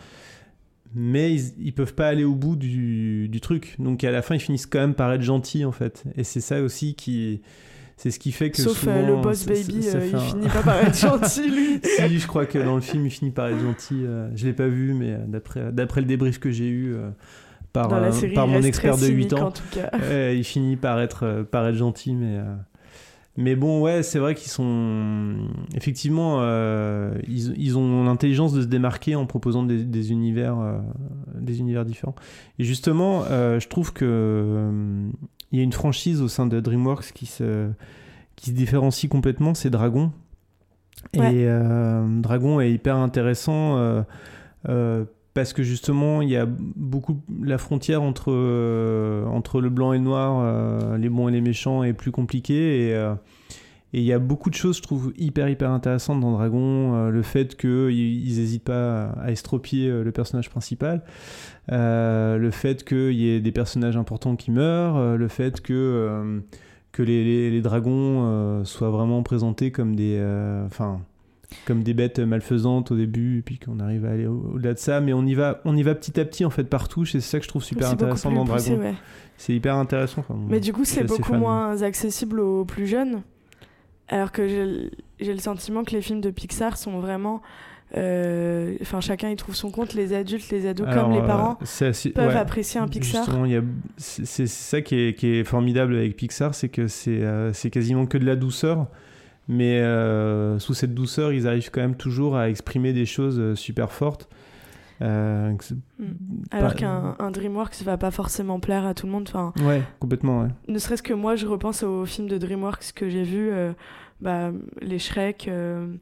mais ils, ils peuvent pas aller au bout du, du truc, donc à la fin ils finissent quand même par être gentils en fait, et c'est ça aussi qui, c'est ce qui fait que sauf souvent, euh, le boss ça, baby ça, ça euh, il un... finit pas par être gentil lui. Si, je crois que dans le film il finit par être gentil, euh, je l'ai pas vu, mais d'après, d'après le débrief que j'ai eu euh, par, euh, série, par mon expert de huit ans, euh, il finit par être, euh, par être gentil, mais, euh... mais bon, ouais, c'est vrai qu'ils sont... Effectivement, euh, ils, ils ont l'intelligence de se démarquer en proposant des, des, univers, euh, des univers différents. Et justement, euh, je trouve qu'il euh, y a une franchise au sein de DreamWorks qui se, qui se différencie complètement, c'est Dragon. Ouais. Et euh, Dragon est hyper intéressant euh, euh, parce que justement, il y a beaucoup... La frontière entre, euh, entre le blanc et le noir, euh, les bons et les méchants, est plus compliquée. Et euh, il y a beaucoup de choses, je trouve, hyper, hyper intéressantes dans Dragon. Euh, le fait qu'ils n'hésitent pas à estropier euh, le personnage principal. Euh, le fait qu'il y ait des personnages importants qui meurent. Euh, le fait que... Euh, que les, les, les dragons euh, soient vraiment présentés comme des... Enfin... Euh, comme des bêtes malfaisantes au début, et puis qu'on arrive à aller au- au-delà de ça, mais on y va, on y va petit à petit en fait partout. C'est ça que je trouve super c'est intéressant dans poussé, Dragon. ouais. C'est hyper intéressant. Enfin, Mais du coup, c'est beaucoup fan. moins accessible aux plus jeunes, alors que j'ai, j'ai le sentiment que les films de Pixar sont vraiment... Enfin, euh, chacun y trouve son compte, les adultes, les ados, Alors, comme les parents euh, c'est assez- peuvent ouais, apprécier un Pixar. Justement, il y a, c'est, c'est ça qui est, qui est formidable avec Pixar, c'est que c'est, euh, c'est quasiment que de la douceur. Mais euh, sous cette douceur, ils arrivent quand même toujours à exprimer des choses euh, super fortes. Euh, Mm. Alors pas- qu'un un DreamWorks va pas forcément plaire à tout le monde. Enfin, Ouais, complètement, ouais. ne serait-ce que moi, je repense aux films de DreamWorks que j'ai vus, euh, bah, les Shrek, euh,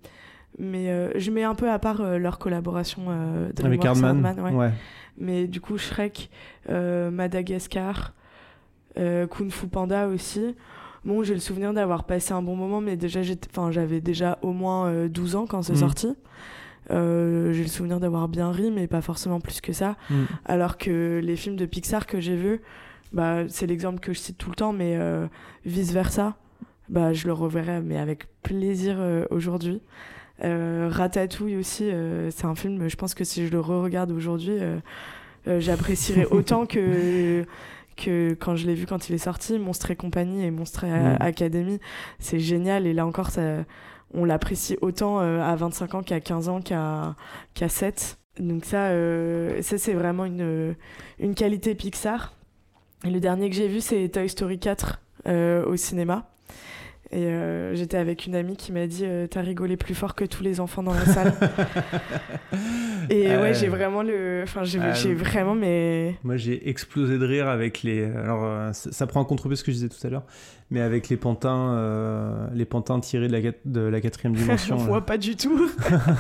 Mais euh, je mets un peu à part euh, leur collaboration euh, avec Hardman. Hardman, ouais. ouais. Mais du coup, Shrek, euh, Madagascar, euh, Kung Fu Panda aussi. Bon, j'ai le souvenir d'avoir passé un bon moment, mais déjà, j'étais... Enfin, j'avais déjà au moins euh, douze ans quand c'est mmh. sorti. Euh, j'ai le souvenir d'avoir bien ri, mais pas forcément plus que ça. Mmh. Alors que les films de Pixar que j'ai vus, bah, c'est l'exemple que je cite tout le temps, mais euh, vice-versa, bah, je le reverrai, mais avec plaisir euh, aujourd'hui. Euh, Ratatouille aussi, euh, c'est un film, je pense que si je le re-regarde aujourd'hui, euh, euh, j'apprécierais autant que, que quand je l'ai vu quand il est sorti. Monstres et compagnie et Monstres et mmh. Académie, c'est génial. Et là encore, ça, on l'apprécie autant euh, à vingt-cinq ans qu'à quinze ans qu'à, qu'à sept. Donc ça, euh, ça c'est vraiment une, une qualité Pixar. Et le dernier que j'ai vu, c'est Toy Story quatre euh, au cinéma. Et euh, j'étais avec une amie qui m'a dit euh, « T'as rigolé plus fort que tous les enfants dans la salle. » Et euh, ouais, j'ai vraiment le... Enfin, j'ai, euh, j'ai vraiment mes... Moi, j'ai explosé de rire avec les... Alors, euh, ça, ça prend un contre-pied ce que je disais tout à l'heure, mais avec les pantins, euh, les pantins tirés de la, de la quatrième dimension. On voit pas du tout.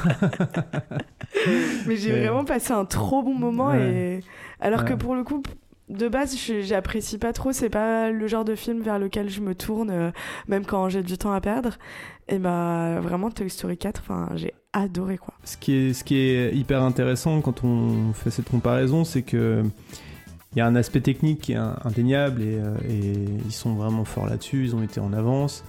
Mais j'ai ouais. vraiment passé un trop bon moment. Ouais. Et... Alors ouais. que pour le coup... De base, je, j'apprécie pas trop, c'est pas le genre de film vers lequel je me tourne, euh, même quand j'ai du temps à perdre. Et bah, vraiment, Toy Story quatre, j'ai adoré, quoi. Ce qui est, ce qui est hyper intéressant quand on fait cette comparaison, c'est que il y a un aspect technique qui est indéniable et, euh, et ils sont vraiment forts là-dessus, ils ont été en avance.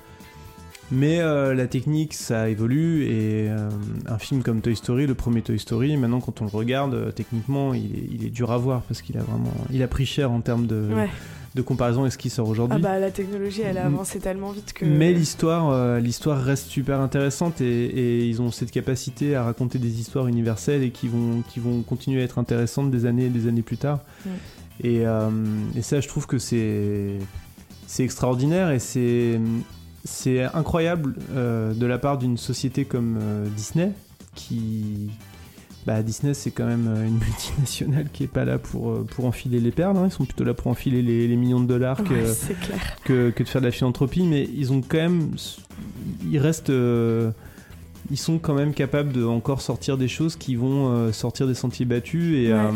Mais euh, la technique, ça évolue et euh, un film comme Toy Story, le premier Toy Story, maintenant quand on le regarde, euh, techniquement, il est, il est dur à voir parce qu'il a vraiment, il a pris cher en termes de, ouais. de comparaison avec ce qui sort aujourd'hui. Ah bah la technologie, elle a avancé tellement vite que. Mais l'histoire, euh, l'histoire reste super intéressante et, et ils ont cette capacité à raconter des histoires universelles et qui vont, qui vont continuer à être intéressantes des années et des années plus tard. Mm. Et, euh, et ça, je trouve que c'est, c'est extraordinaire et c'est. C'est incroyable euh, de la part d'une société comme euh, Disney, qui... Bah, Disney, c'est quand même une multinationale qui est pas là pour, pour enfiler les perles, hein. Ils sont plutôt là pour enfiler les, les millions de dollars que, ouais, c'est clair. que, que de faire de la philanthropie, mais ils ont quand même... Ils restent... Euh, ils sont quand même capables de encore sortir des choses qui vont euh, sortir des sentiers battus et... Ouais. Euh,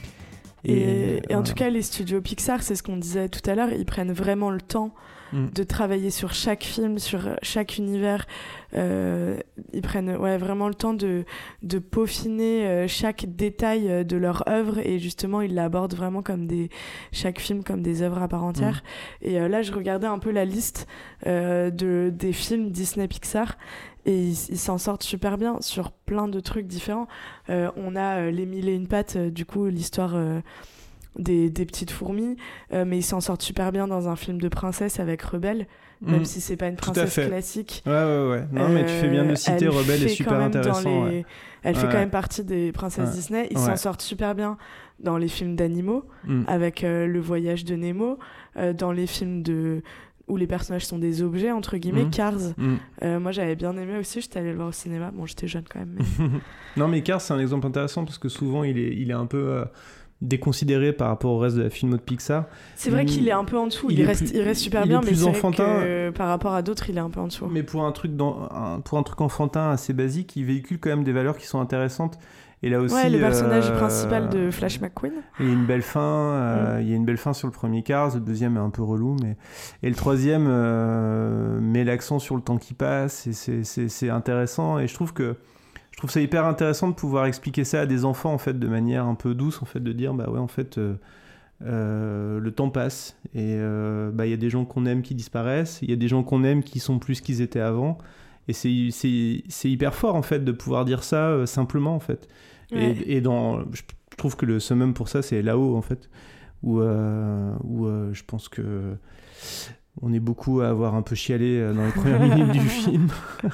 et, et, et en euh, tout cas, les studios Pixar, c'est ce qu'on disait tout à l'heure, ils prennent vraiment le temps Mm. de travailler sur chaque film, sur chaque univers. Euh, ils prennent ouais, vraiment le temps de, de peaufiner euh, chaque détail de leur œuvre et justement ils l'abordent vraiment comme des, chaque film comme des œuvres à part entière. Mm. Et euh, là je regardais un peu la liste euh, de, des films Disney Pixar et ils, ils s'en sortent super bien sur plein de trucs différents. Euh, on a euh, Les Mille et une pattes, euh, du coup l'histoire... Euh, Des, des petites fourmis, euh, mais ils s'en sortent super bien dans un film de princesse avec Rebelle, mmh. même si c'est pas une princesse classique. Ouais, ouais, ouais. Non, euh, mais tu fais bien de le citer, Rebelle est super intéressant. Les... Ouais. Elle ouais. fait quand même partie des princesses ouais. Disney. Ils ouais. s'en sortent super bien dans les films d'animaux, mmh. avec euh, Le Voyage de Nemo, euh, dans les films de... où les personnages sont des objets, entre guillemets, mmh. Cars. Mmh. Euh, moi, j'avais bien aimé aussi, j'étais allée le voir au cinéma. Bon, j'étais jeune quand même. Mais... non, mais Cars, c'est un exemple intéressant parce que souvent, il est, il est un peu... Euh... déconsidéré par rapport au reste de la filmo de Pixar. C'est vrai qu'il est un peu en dessous, il, il, reste, plus, il reste super il bien, mais c'est enfantin, vrai que par rapport à d'autres, il est un peu en dessous. Mais pour un, truc dans, un, pour un truc enfantin assez basique, il véhicule quand même des valeurs qui sont intéressantes. Et là aussi, ouais, le personnage euh, principal de Flash McQueen. Il y a une belle fin, euh, mm. il y a une belle fin sur le premier Cars, le deuxième est un peu relou, mais... et le troisième euh, met l'accent sur le temps qui passe, et c'est, c'est, c'est intéressant, et je trouve que Je trouve ça hyper intéressant de pouvoir expliquer ça à des enfants en fait de manière un peu douce, en fait, de dire bah ouais en fait euh, euh, le temps passe et euh, bah il y a des gens qu'on aime qui disparaissent, il y a des gens qu'on aime qui sont plus qu'ils étaient avant et c'est c'est c'est hyper fort en fait de pouvoir dire ça euh, simplement en fait. Ouais. Et, et dans je trouve que le summum pour ça c'est là-haut en fait où euh, où euh, je pense que on est beaucoup à avoir un peu chialé dans les premières minutes du film.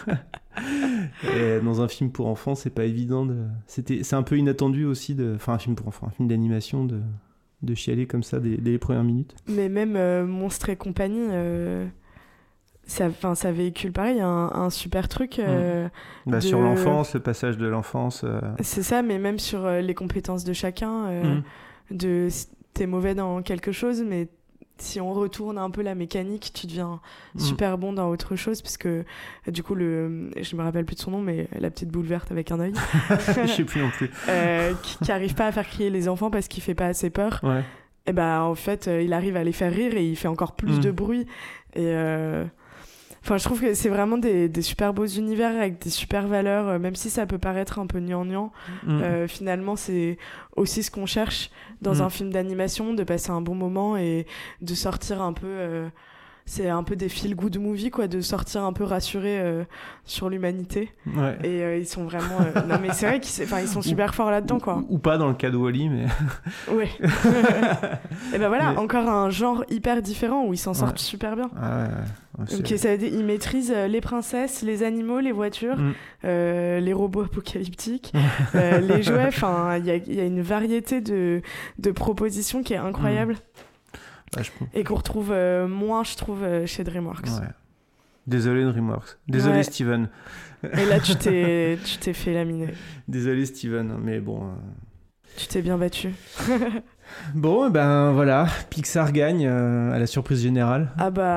Et dans un film pour enfants, c'est pas évident de... C'était... C'est un peu inattendu aussi, de... enfin un film pour enfants, un film d'animation, de, de chialer comme ça dès, dès les premières minutes. Mais même euh, Monstres et compagnie, euh... ça, ça véhicule pareil, un, un super truc. Euh, mmh. bah, de... Sur l'enfance, le passage de l'enfance. Euh... C'est ça, mais même sur euh, les compétences de chacun. Euh, mmh. de... T'es mauvais dans quelque chose, mais si on retourne un peu la mécanique, tu deviens mmh. super bon dans autre chose, parce que du coup, le, je me rappelle plus de son nom, mais la petite boule verte avec un œil, je sais plus non plus, euh, qui, qui arrive pas à faire crier les enfants parce qu'il fait pas assez peur. Ouais. Et ben en fait, euh, il arrive à les faire rire et il fait encore plus mmh. de bruit. Et euh... enfin, je trouve que c'est vraiment des, des super beaux univers avec des super valeurs, euh, même si ça peut paraître un peu gnangnan. Mmh. Euh, finalement, c'est aussi ce qu'on cherche dans mmh. un film d'animation, de passer un bon moment et de sortir un peu... Euh, c'est un peu des feel-good movies, quoi, de sortir un peu rassuré euh, sur l'humanité. Ouais. Et euh, ils sont vraiment... Euh... non, mais c'est vrai qu'ils ils sont super ou, forts là-dedans, quoi. Ou, ou pas dans le cas de Wall-E, mais... ouais. Et ben voilà, mais... encore un genre hyper différent où ils s'en sortent ouais. super bien. Ah ouais, ouais. Donc, ça, ils maîtrisent les princesses, les animaux, les voitures, mm. euh, les robots apocalyptiques, euh, les jouets. Enfin, il y a, y a une variété de, de propositions qui est incroyable. Mm. Ouais, je... Et qu'on retrouve euh, moins, je trouve, euh, chez DreamWorks. Ouais. Désolé DreamWorks. Désolé ouais. Steven. Et là, tu t'es, tu t'es fait laminer. Désolé Steven, mais bon... Euh... Tu t'es bien battu. Bon, ben voilà, Pixar gagne euh, à la surprise générale. Ah bah...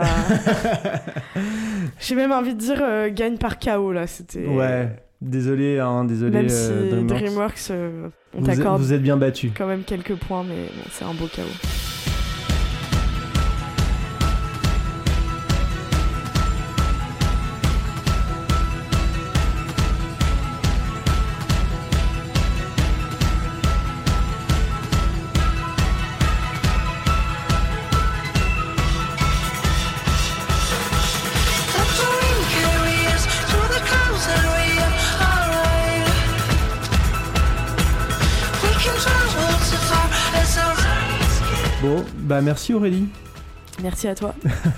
J'ai même envie de dire euh, gagne par K O, là. C'était... Ouais, désolé, hein, désolé. Même si euh, DreamWorks, DreamWorks euh, on vous t'accorde... Êtes, vous êtes bien battu. Quand même quelques points, mais bon, c'est un beau K O. Bon, bah merci Aurélie. Merci à toi.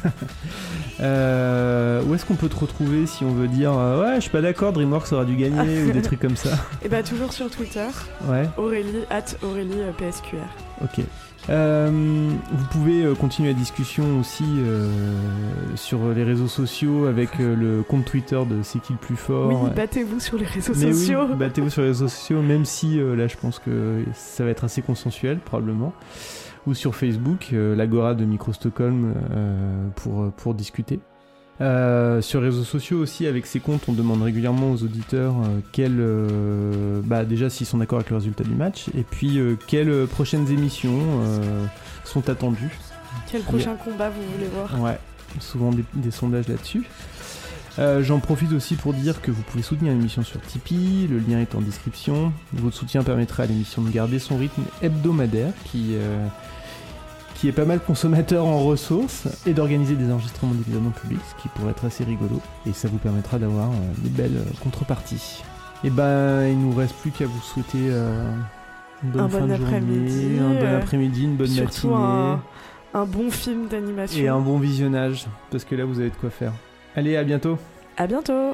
euh, où est-ce qu'on peut te retrouver si on veut dire euh, ouais, je suis pas d'accord, DreamWorks aura dû gagner ou des trucs comme ça? Et bah toujours sur Twitter. Ouais. Aurélie at Aurélie P S Q R. Ok. Euh, vous pouvez euh, continuer la discussion aussi euh, sur les réseaux sociaux avec euh, le compte Twitter de C'est qui le plus fort. Oui, battez-vous sur les réseaux Mais sociaux. Oui, battez-vous sur les réseaux sociaux, même si euh, là je pense que ça va être assez consensuel probablement. Ou sur Facebook, euh, l'Agora de Micro Stockholm euh, pour, pour discuter. Euh, sur les réseaux sociaux aussi, avec ces comptes, on demande régulièrement aux auditeurs euh, quelles, euh, bah déjà s'ils sont d'accord avec le résultat du match, et puis euh, quelles prochaines émissions euh, sont attendues. Quel prochain a... combat vous voulez voir? Ouais, souvent des, des sondages là-dessus. Euh, j'en profite aussi pour dire que vous pouvez soutenir l'émission sur Tipeee, le lien est en description. Votre soutien permettra à l'émission de garder son rythme hebdomadaire qui... Euh, qui est pas mal consommateur en ressources, et d'organiser des enregistrements d'épisodes en public, ce qui pourrait être assez rigolo, et ça vous permettra d'avoir euh, des belles euh, contreparties. Et ben, il nous reste plus qu'à vous souhaiter euh, une bonne un fin bon de après-midi, journée, un bon euh, après-midi, une bonne surtout matinée, un, un bon film d'animation et un bon visionnage, parce que là vous avez de quoi faire. Allez, à bientôt. À bientôt.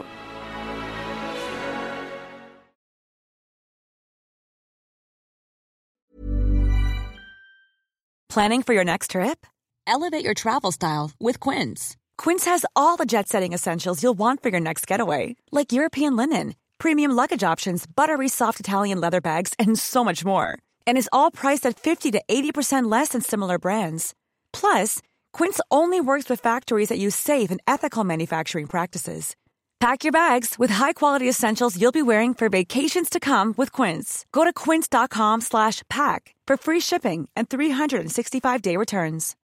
Planning for your next trip? Elevate your travel style with Quince. Quince has all the jet-setting essentials you'll want for your next getaway, like European linen, premium luggage options, buttery soft Italian leather bags, and so much more. And is all priced at fifty to eighty percent less than similar brands. Plus, Quince only works with factories that use safe and ethical manufacturing practices. Pack your bags with high-quality essentials you'll be wearing for vacations to come with Quince. Go to quince.com slash pack for free shipping and three sixty-five day returns.